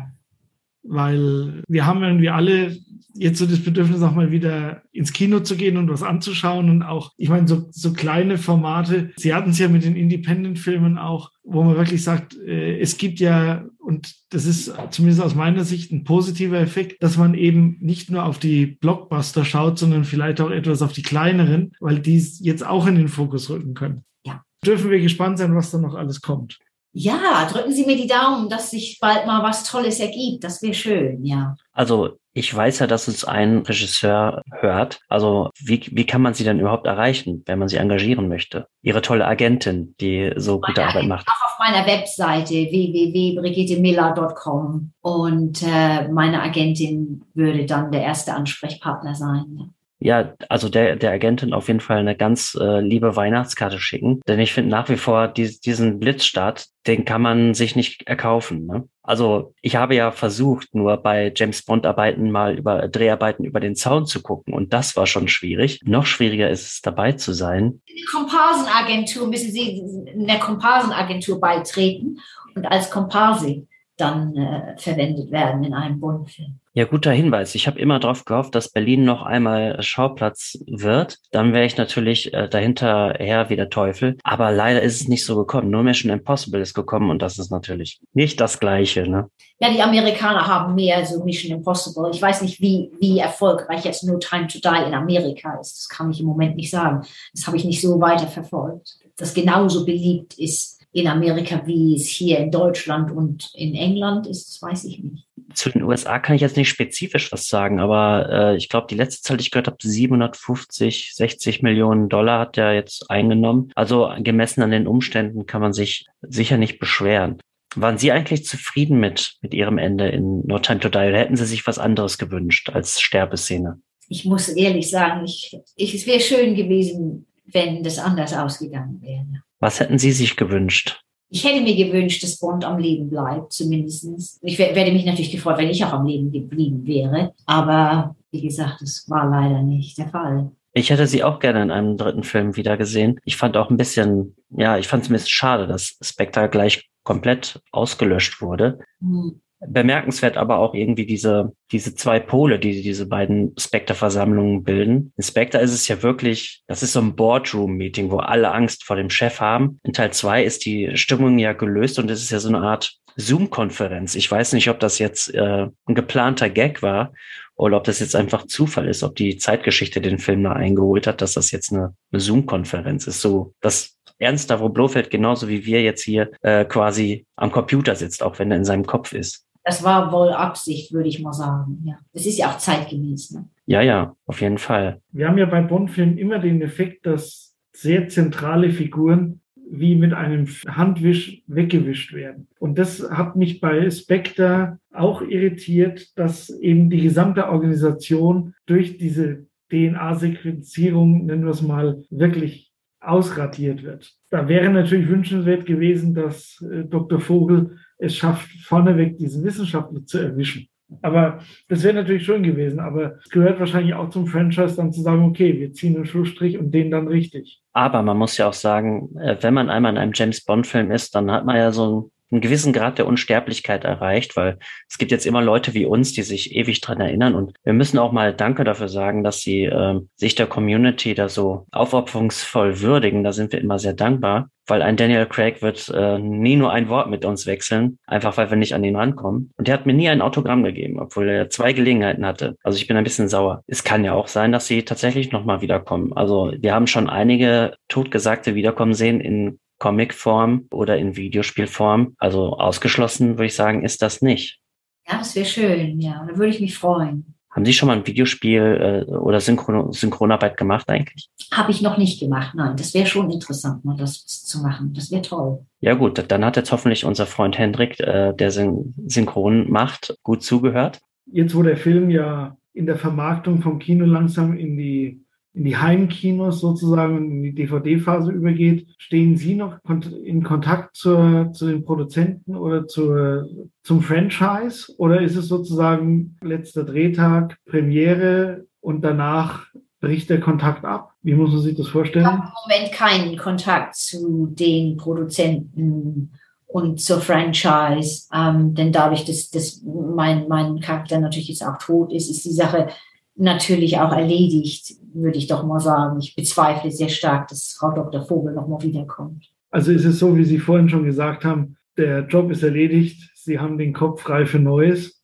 weil wir haben irgendwie alle jetzt so das Bedürfnis, auch mal wieder ins Kino zu gehen und was anzuschauen und auch, ich meine, so kleine Formate, Sie hatten es ja mit den Independent-Filmen auch, wo man wirklich sagt, es gibt ja, und das ist zumindest aus meiner Sicht ein positiver Effekt, dass man eben nicht nur auf die Blockbuster schaut, sondern vielleicht auch etwas auf die kleineren, weil die jetzt auch in den Fokus rücken können. Ja. Dürfen wir gespannt sein, was da noch alles kommt. Ja, drücken Sie mir die Daumen, dass sich bald mal was Tolles ergibt. Das wäre schön, ja. Also ich weiß ja, dass uns ein Regisseur hört. Also wie kann man sie denn überhaupt erreichen, wenn man sie engagieren möchte? Ihre tolle Agentin, die so gute Arbeit macht. Auch auf meiner Webseite www.brigittemiller.com und meine Agentin würde dann der erste Ansprechpartner sein. Ja. Ja, also der Agentin auf jeden Fall eine ganz liebe Weihnachtskarte schicken. Denn ich finde nach wie vor diesen Blitzstart, den kann man sich nicht erkaufen. Ne? Also ich habe ja versucht, nur bei James Bond Dreharbeiten über den Zaun zu gucken. Und das war schon schwierig. Noch schwieriger ist es, dabei zu sein. In der Komparsenagentur müssen Sie in der Komparsenagentur beitreten und als Komparse dann verwendet werden in einem Bond-Film. Ja, guter Hinweis. Ich habe immer darauf gehofft, dass Berlin noch einmal Schauplatz wird. Dann wäre ich natürlich dahinterher wie der Teufel. Aber leider ist es nicht so gekommen. Nur Mission Impossible ist gekommen und das ist natürlich nicht das Gleiche, ne? Ja, die Amerikaner haben mehr so Mission Impossible. Ich weiß nicht, wie erfolgreich jetzt No Time to Die in Amerika ist. Das kann ich im Moment nicht sagen. Das habe ich nicht so weiter verfolgt. Das genauso beliebt ist in Amerika, wie es hier in Deutschland und in England ist, das weiß ich nicht. Zu den USA kann ich jetzt nicht spezifisch was sagen, aber ich glaube, die letzte Zahl, die ich gehört habe, 60 Millionen Dollar hat er jetzt eingenommen. Also gemessen an den Umständen kann man sich sicher nicht beschweren. Waren Sie eigentlich zufrieden mit Ihrem Ende in No Time to Die oder hätten Sie sich was anderes gewünscht als Sterbeszene? Ich muss ehrlich sagen, es wäre schön gewesen, wenn das anders ausgegangen wäre. Was hätten Sie sich gewünscht? Ich hätte mir gewünscht, dass Bond am Leben bleibt, zumindest. Ich werde mich natürlich gefreut, wenn ich auch am Leben geblieben wäre. Aber wie gesagt, das war leider nicht der Fall. Ich hätte sie auch gerne in einem dritten Film wiedergesehen. Ich fand es ein bisschen schade, dass Spectre gleich komplett ausgelöscht wurde. Bemerkenswert aber auch irgendwie diese 2 Pole, die diese beiden Spectre-Versammlungen bilden. In Spectre ist es ja wirklich, das ist so ein Boardroom-Meeting, wo alle Angst vor dem Chef haben. In Teil 2 ist die Stimmung ja gelöst und es ist ja so eine Art Zoom-Konferenz. Ich weiß nicht, ob das jetzt ein geplanter Gag war oder ob das jetzt einfach Zufall ist, ob die Zeitgeschichte den Film da eingeholt hat, dass das jetzt eine Zoom-Konferenz ist. So, das Ernst Stavro Blofeld genauso wie wir jetzt hier quasi am Computer sitzt, auch wenn er in seinem Kopf ist. Das war wohl Absicht, würde ich mal sagen. Ja, das ist ja auch zeitgemäß. Ne? Ja, auf jeden Fall. Wir haben ja bei Bond-Filmen immer den Effekt, dass sehr zentrale Figuren wie mit einem Handwisch weggewischt werden. Und das hat mich bei Spectre auch irritiert, dass eben die gesamte Organisation durch diese DNA-Sequenzierung, nennen wir es mal, wirklich ausradiert wird. Da wäre natürlich wünschenswert gewesen, dass Dr. Vogel es schafft, vorneweg diesen Wissenschaftler zu erwischen. Aber das wäre natürlich schön gewesen. Aber es gehört wahrscheinlich auch zum Franchise, dann zu sagen, okay, wir ziehen einen Schlussstrich und den dann richtig. Aber man muss ja auch sagen, wenn man einmal in einem James-Bond-Film ist, dann hat man ja so einen gewissen Grad der Unsterblichkeit erreicht, weil es gibt jetzt immer Leute wie uns, die sich ewig dran erinnern, und wir müssen auch mal Danke dafür sagen, dass sie sich der Community da so aufopferungsvoll würdigen. Da sind wir immer sehr dankbar, weil ein Daniel Craig wird nie nur ein Wort mit uns wechseln, einfach weil wir nicht an ihn rankommen. Und der hat mir nie ein Autogramm gegeben, obwohl er 2 Gelegenheiten hatte. Also ich bin ein bisschen sauer. Es kann ja auch sein, dass sie tatsächlich nochmal wiederkommen. Also wir haben schon einige Totgesagte wiederkommen sehen in Comicform oder in Videospielform. Also ausgeschlossen, würde ich sagen, ist das nicht. Ja, das wäre schön. Ja, da würde ich mich freuen. Haben Sie schon mal ein Videospiel oder Synchronarbeit gemacht eigentlich? Habe ich noch nicht gemacht, nein. Das wäre schon interessant, mal das zu machen. Das wäre toll. Ja gut, dann hat jetzt hoffentlich unser Freund Hendrik, der Synchron macht, gut zugehört. Jetzt, wo der Film ja in der Vermarktung vom Kino langsam in die Heimkinos sozusagen und in die DVD-Phase übergeht, stehen Sie noch in Kontakt zu den Produzenten oder zum Franchise? Oder ist es sozusagen letzter Drehtag, Premiere und danach bricht der Kontakt ab? Wie muss man sich das vorstellen? Ich habe im Moment keinen Kontakt zu den Produzenten und zur Franchise, denn dadurch, dass mein Charakter natürlich jetzt auch tot ist die Sache natürlich auch erledigt, würde ich doch mal sagen. Ich bezweifle sehr stark, dass Frau Dr. Vogel noch mal wiederkommt. Also ist es so, wie Sie vorhin schon gesagt haben, der Job ist erledigt, Sie haben den Kopf frei für Neues.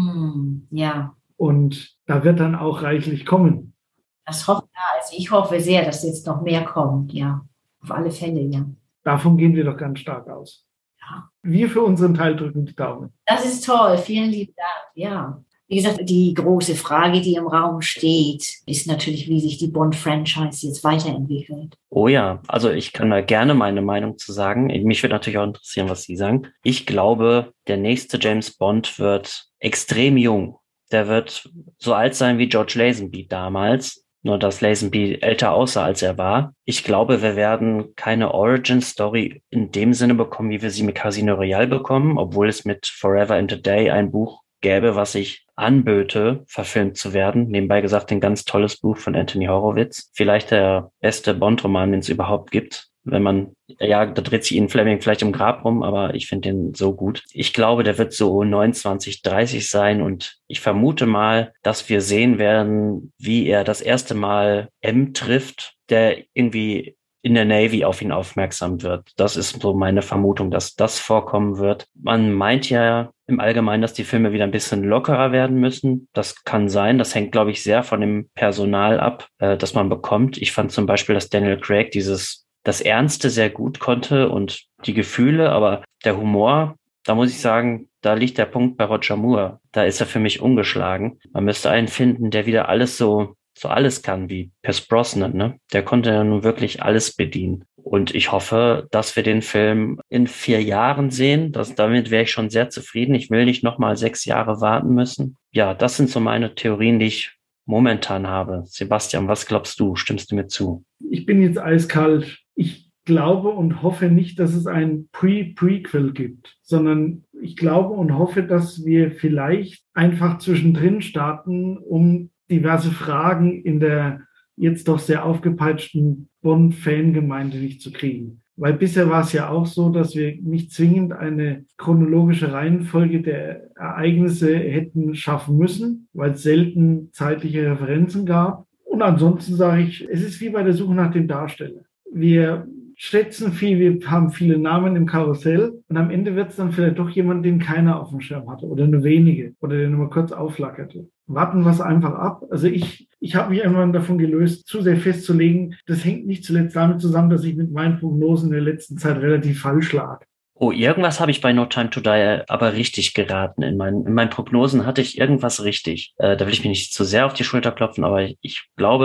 Ja. Und da wird dann auch reichlich kommen. Also ich hoffe sehr, dass jetzt noch mehr kommt, ja. Auf alle Fälle, ja. Davon gehen wir doch ganz stark aus. Ja. Wir für unseren Teil drücken die Daumen. Das ist toll, vielen lieben Dank, ja. Wie gesagt, die große Frage, die im Raum steht, ist natürlich, wie sich die Bond-Franchise jetzt weiterentwickelt. Oh ja, also ich kann da gerne meine Meinung zu sagen. Mich würde natürlich auch interessieren, was Sie sagen. Ich glaube, der nächste James Bond wird extrem jung. Der wird so alt sein wie George Lazenby damals, nur dass Lazenby älter aussah, als er war. Ich glaube, wir werden keine Origin-Story in dem Sinne bekommen, wie wir sie mit Casino Royale bekommen, obwohl es mit Forever and a Day ein Buch gäbe, was sich anböte, verfilmt zu werden. Nebenbei gesagt, ein ganz tolles Buch von Anthony Horowitz. Vielleicht der beste Bond-Roman, den es überhaupt gibt. Wenn man, ja, da dreht sich Ian Fleming vielleicht im Grab rum, aber ich finde den so gut. Ich glaube, der wird so 29, 30 sein und ich vermute mal, dass wir sehen werden, wie er das erste Mal M trifft, der irgendwie in der Navy auf ihn aufmerksam wird. Das ist so meine Vermutung, dass das vorkommen wird. Man meint ja im Allgemeinen, dass die Filme wieder ein bisschen lockerer werden müssen. Das kann sein. Das hängt, glaube ich, sehr von dem Personal ab, das man bekommt. Ich fand zum Beispiel, dass Daniel Craig das Ernste sehr gut konnte und die Gefühle, aber der Humor, da muss ich sagen, da liegt der Punkt bei Roger Moore. Da ist er für mich ungeschlagen. Man müsste einen finden, der wieder alles so alles kann, wie Pierce Brosnan, ne? Der konnte ja nun wirklich alles bedienen. Und ich hoffe, dass wir den Film in 4 Jahren sehen. Damit wäre ich schon sehr zufrieden. Ich will nicht nochmal 6 Jahre warten müssen. Ja, das sind so meine Theorien, die ich momentan habe. Sebastian, was glaubst du? Stimmst du mir zu? Ich bin jetzt eiskalt. Ich glaube und hoffe nicht, dass es ein Prequel gibt, sondern ich glaube und hoffe, dass wir vielleicht einfach zwischendrin starten, um diverse Fragen in der jetzt doch sehr aufgepeitschten Bond-Fangemeinde nicht zu kriegen. Weil bisher war es ja auch so, dass wir nicht zwingend eine chronologische Reihenfolge der Ereignisse hätten schaffen müssen, weil es selten zeitliche Referenzen gab. Und ansonsten sage ich, es ist wie bei der Suche nach dem Darsteller. Wir schätzen viel, wir haben viele Namen im Karussell und am Ende wird es dann vielleicht doch jemand, den keiner auf dem Schirm hatte oder nur wenige oder der nur mal kurz aufflackerte. Warten wir es einfach ab. Also ich habe mich irgendwann davon gelöst, zu sehr festzulegen. Das hängt nicht zuletzt damit zusammen, dass ich mit meinen Prognosen in der letzten Zeit relativ falsch lag. Oh, irgendwas habe ich bei No Time to Die aber richtig geraten. In meinen Prognosen hatte ich irgendwas richtig. Da will ich mir nicht zu sehr auf die Schulter klopfen, aber ich glaube,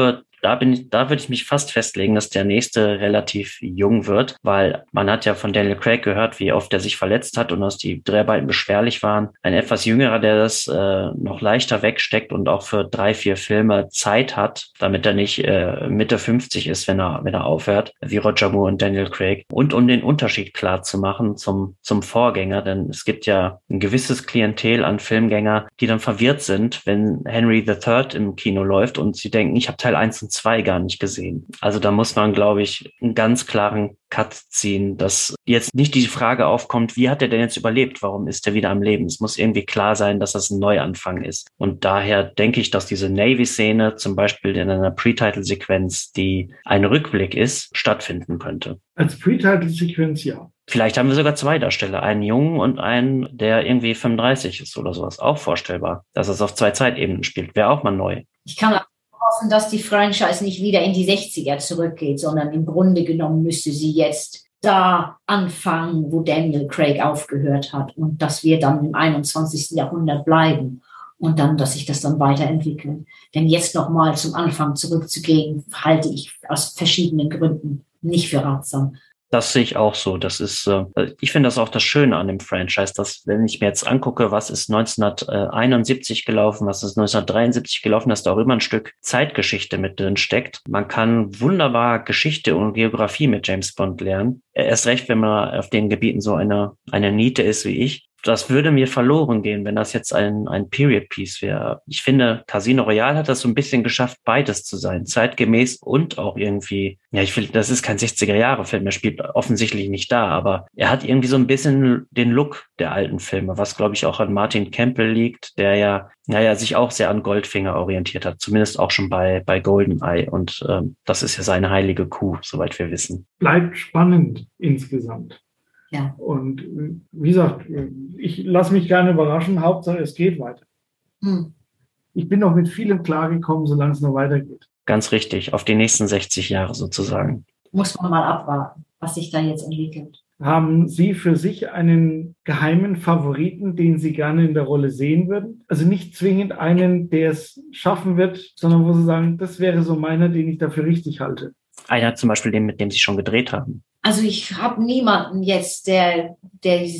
da würde ich mich fast festlegen, dass der nächste relativ jung wird, weil man hat ja von Daniel Craig gehört, wie oft er sich verletzt hat und dass die Dreharbeiten beschwerlich waren. Ein etwas jüngerer, der das noch leichter wegsteckt und auch für 3, 4 Filme Zeit hat, damit er nicht Mitte 50 ist, wenn er aufhört, wie Roger Moore und Daniel Craig. Und um den Unterschied klar zu machen zum Vorgänger, denn es gibt ja ein gewisses Klientel an Filmgänger, die dann verwirrt sind, wenn Henry III im Kino läuft und sie denken, ich habe Teil 1 und 2 gar nicht gesehen. Also da muss man, glaube ich, einen ganz klaren Cut ziehen, dass jetzt nicht die Frage aufkommt, wie hat er denn jetzt überlebt? Warum ist er wieder am Leben? Es muss irgendwie klar sein, dass das ein Neuanfang ist. Und daher denke ich, dass diese Navy-Szene zum Beispiel in einer Pre-Title-Sequenz, die ein Rückblick ist, stattfinden könnte. Als Pre-Title-Sequenz ja. Vielleicht haben wir sogar 2 Darsteller, einen Jungen und einen, der irgendwie 35 ist oder sowas. Auch vorstellbar, dass es auf 2 Zeitebenen spielt. Wäre auch mal neu. Ich kann auch hoffen, dass die Franchise nicht wieder in die 60er zurückgeht, sondern im Grunde genommen müsste sie jetzt da anfangen, wo Daniel Craig aufgehört hat und dass wir dann im 21. Jahrhundert bleiben und dann, dass sich das dann weiterentwickelt. Denn jetzt nochmal zum Anfang zurückzugehen, halte ich aus verschiedenen Gründen nicht für ratsam. Das sehe ich auch so. Das ist, ich finde das auch das Schöne an dem Franchise, dass, wenn ich mir jetzt angucke, was ist 1971 gelaufen, was ist 1973 gelaufen, dass da auch immer ein Stück Zeitgeschichte mit drin steckt. Man kann wunderbar Geschichte und Geografie mit James Bond lernen. Erst recht, wenn man auf den Gebieten so eine Niete ist wie ich. Das würde mir verloren gehen, wenn das jetzt ein Period-Piece wäre. Ich finde, Casino Royale hat das so ein bisschen geschafft, beides zu sein. Zeitgemäß und auch irgendwie, ja, ich finde, das ist kein 60er-Jahre-Film, er spielt offensichtlich nicht da, aber er hat irgendwie so ein bisschen den Look der alten Filme, was, glaube ich, auch an Martin Campbell liegt, der ja, sich auch sehr an Goldfinger orientiert hat, zumindest auch schon bei GoldenEye. Und das ist ja seine heilige Kuh, soweit wir wissen. Bleibt spannend insgesamt. Ja. Und wie gesagt, ich lasse mich gerne überraschen. Hauptsache, es geht weiter. Ich bin noch mit vielem klargekommen, solange es noch weitergeht. Ganz richtig, auf die nächsten 60 Jahre sozusagen. Muss man mal abwarten, was sich da jetzt entwickelt. Haben Sie für sich einen geheimen Favoriten, den Sie gerne in der Rolle sehen würden? Also nicht zwingend einen, der es schaffen wird, sondern wo Sie sagen, das wäre so meiner, den ich dafür richtig halte. Einer zum Beispiel den, mit dem Sie schon gedreht haben. Also ich habe niemanden jetzt, der mir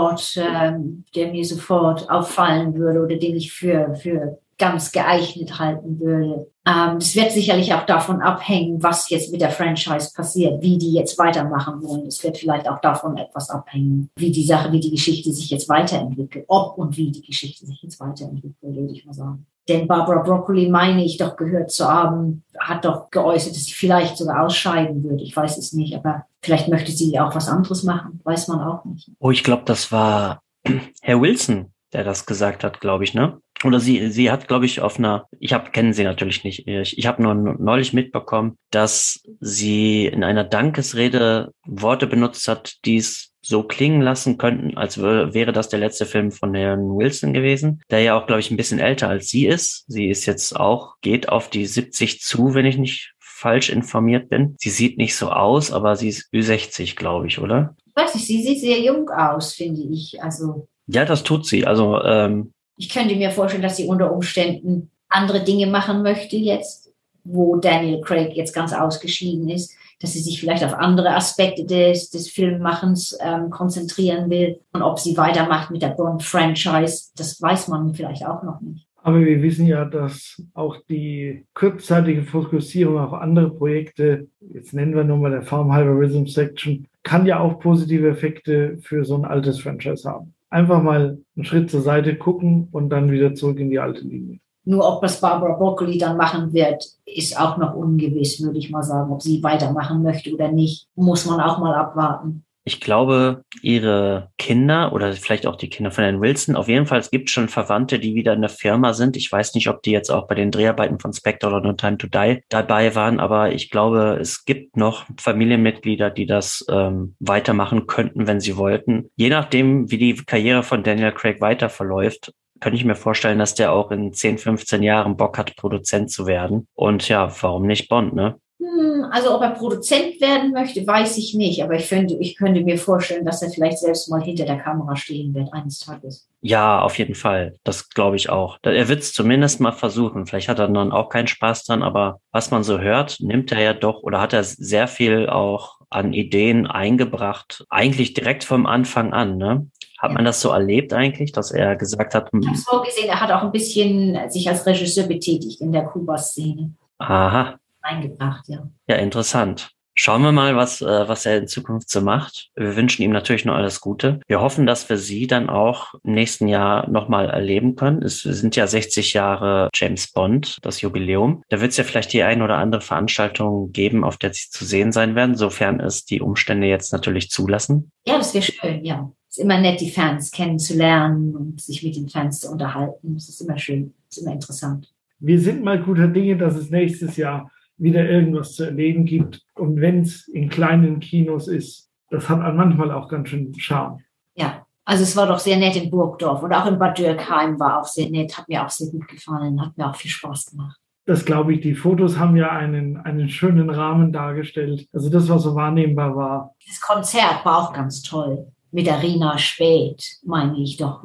sofort auffallen würde oder den ich für ganz geeignet halten würde. Es wird sicherlich auch davon abhängen, was jetzt mit der Franchise passiert, wie die jetzt weitermachen wollen. Es wird vielleicht auch davon etwas abhängen, wie die Geschichte sich jetzt weiterentwickelt, ob und wie die Geschichte sich jetzt weiterentwickelt, würde ich mal sagen. Denn Barbara Broccoli, meine ich doch gehört zu haben, hat doch geäußert, dass sie vielleicht sogar ausscheiden würde. Ich weiß es nicht, aber vielleicht möchte sie auch was anderes machen. Weiß man auch nicht. Oh, ich glaube, das war Herr Wilson, der das gesagt hat, glaube ich, ne? Oder sie hat, glaube ich, kennen sie natürlich nicht. Ich habe nur neulich mitbekommen, dass sie in einer Dankesrede Worte benutzt hat, die es so klingen lassen könnten, als wäre das der letzte Film von Herrn Wilson gewesen, der ja auch, glaube ich, ein bisschen älter als sie ist. Sie ist jetzt geht auf die 70 zu, wenn ich nicht falsch informiert bin. Sie sieht nicht so aus, aber sie ist Ü60, glaube ich, oder? Ich weiß nicht, sie sieht sehr jung aus, finde ich. Also ja, das tut sie. Also ich könnte mir vorstellen, dass sie unter Umständen andere Dinge machen möchte jetzt, wo Daniel Craig jetzt ganz ausgeschieden ist, dass sie sich vielleicht auf andere Aspekte des Filmmachens konzentrieren will. Und ob sie weitermacht mit der Bond-Franchise, das weiß man vielleicht auch noch nicht. Aber wir wissen ja, dass auch die kurzzeitige Fokussierung auf andere Projekte, jetzt nennen wir nur mal der Farmhalber Rhythm Section, kann ja auch positive Effekte für so ein altes Franchise haben. Einfach mal einen Schritt zur Seite gucken und dann wieder zurück in die alte Linie. Nur ob das Barbara Broccoli dann machen wird, ist auch noch ungewiss, würde ich mal sagen. Ob sie weitermachen möchte oder nicht, muss man auch mal abwarten. Ich glaube, ihre Kinder oder vielleicht auch die Kinder von Herrn Wilson, auf jeden Fall, es gibt schon Verwandte, die wieder in der Firma sind. Ich weiß nicht, ob die jetzt auch bei den Dreharbeiten von Spectre oder No Time to Die dabei waren, aber ich glaube, es gibt noch Familienmitglieder, die das weitermachen könnten, wenn sie wollten. Je nachdem, wie die Karriere von Daniel Craig weiter verläuft, könnte ich mir vorstellen, dass der auch in 10, 15 Jahren Bock hat, Produzent zu werden. Und ja, warum nicht Bond, ne? Also ob er Produzent werden möchte, weiß ich nicht. Aber ich könnte mir vorstellen, dass er vielleicht selbst mal hinter der Kamera stehen wird eines Tages. Ja, auf jeden Fall. Das glaube ich auch. Er wird es zumindest mal versuchen. Vielleicht hat er dann auch keinen Spaß dran, aber was man so hört, nimmt er ja doch oder hat er sehr viel auch an Ideen eingebracht. Eigentlich direkt vom Anfang an, ne? Hat man das so erlebt eigentlich, dass er gesagt hat? Ich habe es so gesehen, er hat auch ein bisschen sich als Regisseur betätigt in der Kuba-Szene. Aha. Eingebracht, ja. Ja, interessant. Schauen wir mal, was er in Zukunft so macht. Wir wünschen ihm natürlich nur alles Gute. Wir hoffen, dass wir Sie dann auch im nächsten Jahr nochmal erleben können. Es sind ja 60 Jahre James Bond, das Jubiläum. Da wird es ja vielleicht die ein oder andere Veranstaltung geben, auf der Sie zu sehen sein werden, sofern es die Umstände jetzt natürlich zulassen. Ja, das wäre schön, ja. Es ist immer nett, die Fans kennenzulernen und sich mit den Fans zu unterhalten. Das ist immer schön, das ist immer interessant. Wir sind mal guter Dinge, dass es nächstes Jahr wieder irgendwas zu erleben gibt. Und wenn es in kleinen Kinos ist, das hat manchmal auch ganz schön Charme. Ja, also es war doch sehr nett in Burgdorf und auch in Bad Dürkheim war auch sehr nett, hat mir auch sehr gut gefallen, hat mir auch viel Spaß gemacht. Das glaube ich, die Fotos haben ja einen schönen Rahmen dargestellt. Also das, was so wahrnehmbar war. Das Konzert war auch ganz toll. Mit Arina Späth, meine ich doch,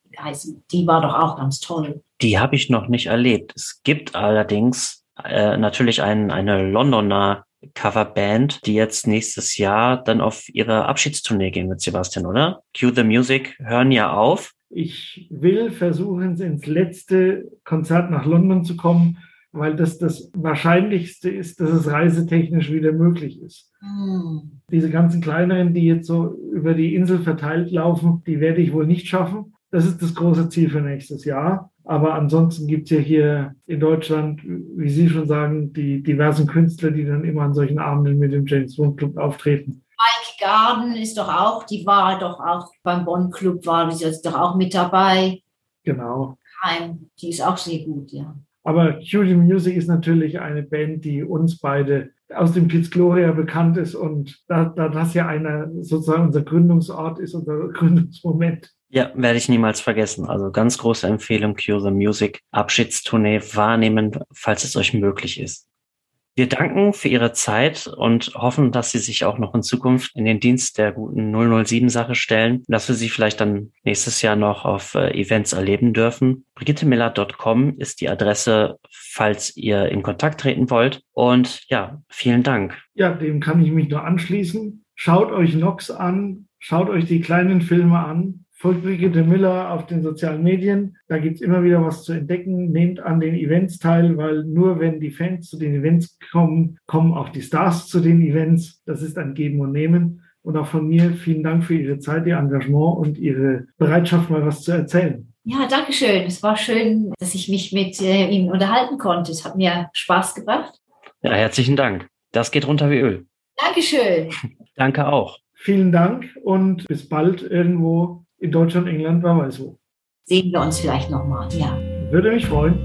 die war doch auch ganz toll. Die habe ich noch nicht erlebt. Es gibt allerdings natürlich eine Londoner Coverband, die jetzt nächstes Jahr dann auf ihre Abschiedstournee gehen mit Sebastian, oder? Cue the Music hören ja auf. Ich will versuchen, ins letzte Konzert nach London zu kommen, weil das Wahrscheinlichste ist, dass es reisetechnisch wieder möglich ist. Diese ganzen kleineren, die jetzt so über die Insel verteilt laufen, die werde ich wohl nicht schaffen. Das ist das große Ziel für nächstes Jahr. Aber ansonsten gibt es ja hier in Deutschland, wie Sie schon sagen, die diversen Künstler, die dann immer an solchen Abenden mit dem James Bond Club auftreten. Mike Garden ist doch auch, die war doch auch beim Bond Club, war die jetzt doch auch mit dabei. Genau. Die ist auch sehr gut, ja. Aber Cue the Music ist natürlich eine Band, die uns beide aus dem Kids Gloria bekannt ist. Und da das ja sozusagen unser Gründungsort ist, unser Gründungsmoment. Ja, werde ich niemals vergessen. Also ganz große Empfehlung, Cue the Music, Abschiedstournee wahrnehmen, falls es euch möglich ist. Wir danken für Ihre Zeit und hoffen, dass Sie sich auch noch in Zukunft in den Dienst der guten 007-Sache stellen, dass wir Sie vielleicht dann nächstes Jahr noch auf Events erleben dürfen. BrigitteMiller.com ist die Adresse, falls ihr in Kontakt treten wollt. Und ja, vielen Dank. Ja, dem kann ich mich nur anschließen. Schaut euch Nox an, schaut euch die kleinen Filme an. Folgt Brigitte Miller auf den sozialen Medien. Da gibt's immer wieder was zu entdecken. Nehmt an den Events teil, weil nur wenn die Fans zu den Events kommen, kommen auch die Stars zu den Events. Das ist ein Geben und Nehmen. Und auch von mir vielen Dank für Ihre Zeit, Ihr Engagement und Ihre Bereitschaft, mal was zu erzählen. Ja, danke schön. Es war schön, dass ich mich mit Ihnen unterhalten konnte. Es hat mir Spaß gebracht. Ja, herzlichen Dank. Das geht runter wie Öl. Dankeschön. Danke auch. Vielen Dank und bis bald irgendwo in Deutschland, England, wer weiß wo. Sehen wir uns vielleicht nochmal, ja. Würde mich freuen.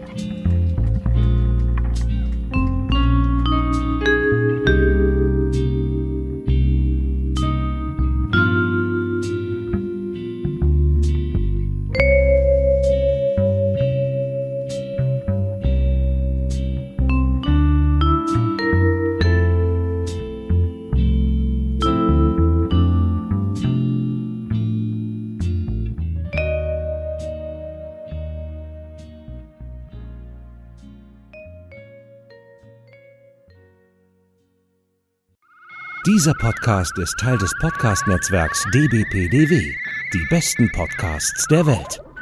Dieser Podcast ist Teil des Podcast-Netzwerks dbpdw. Die besten Podcasts der Welt.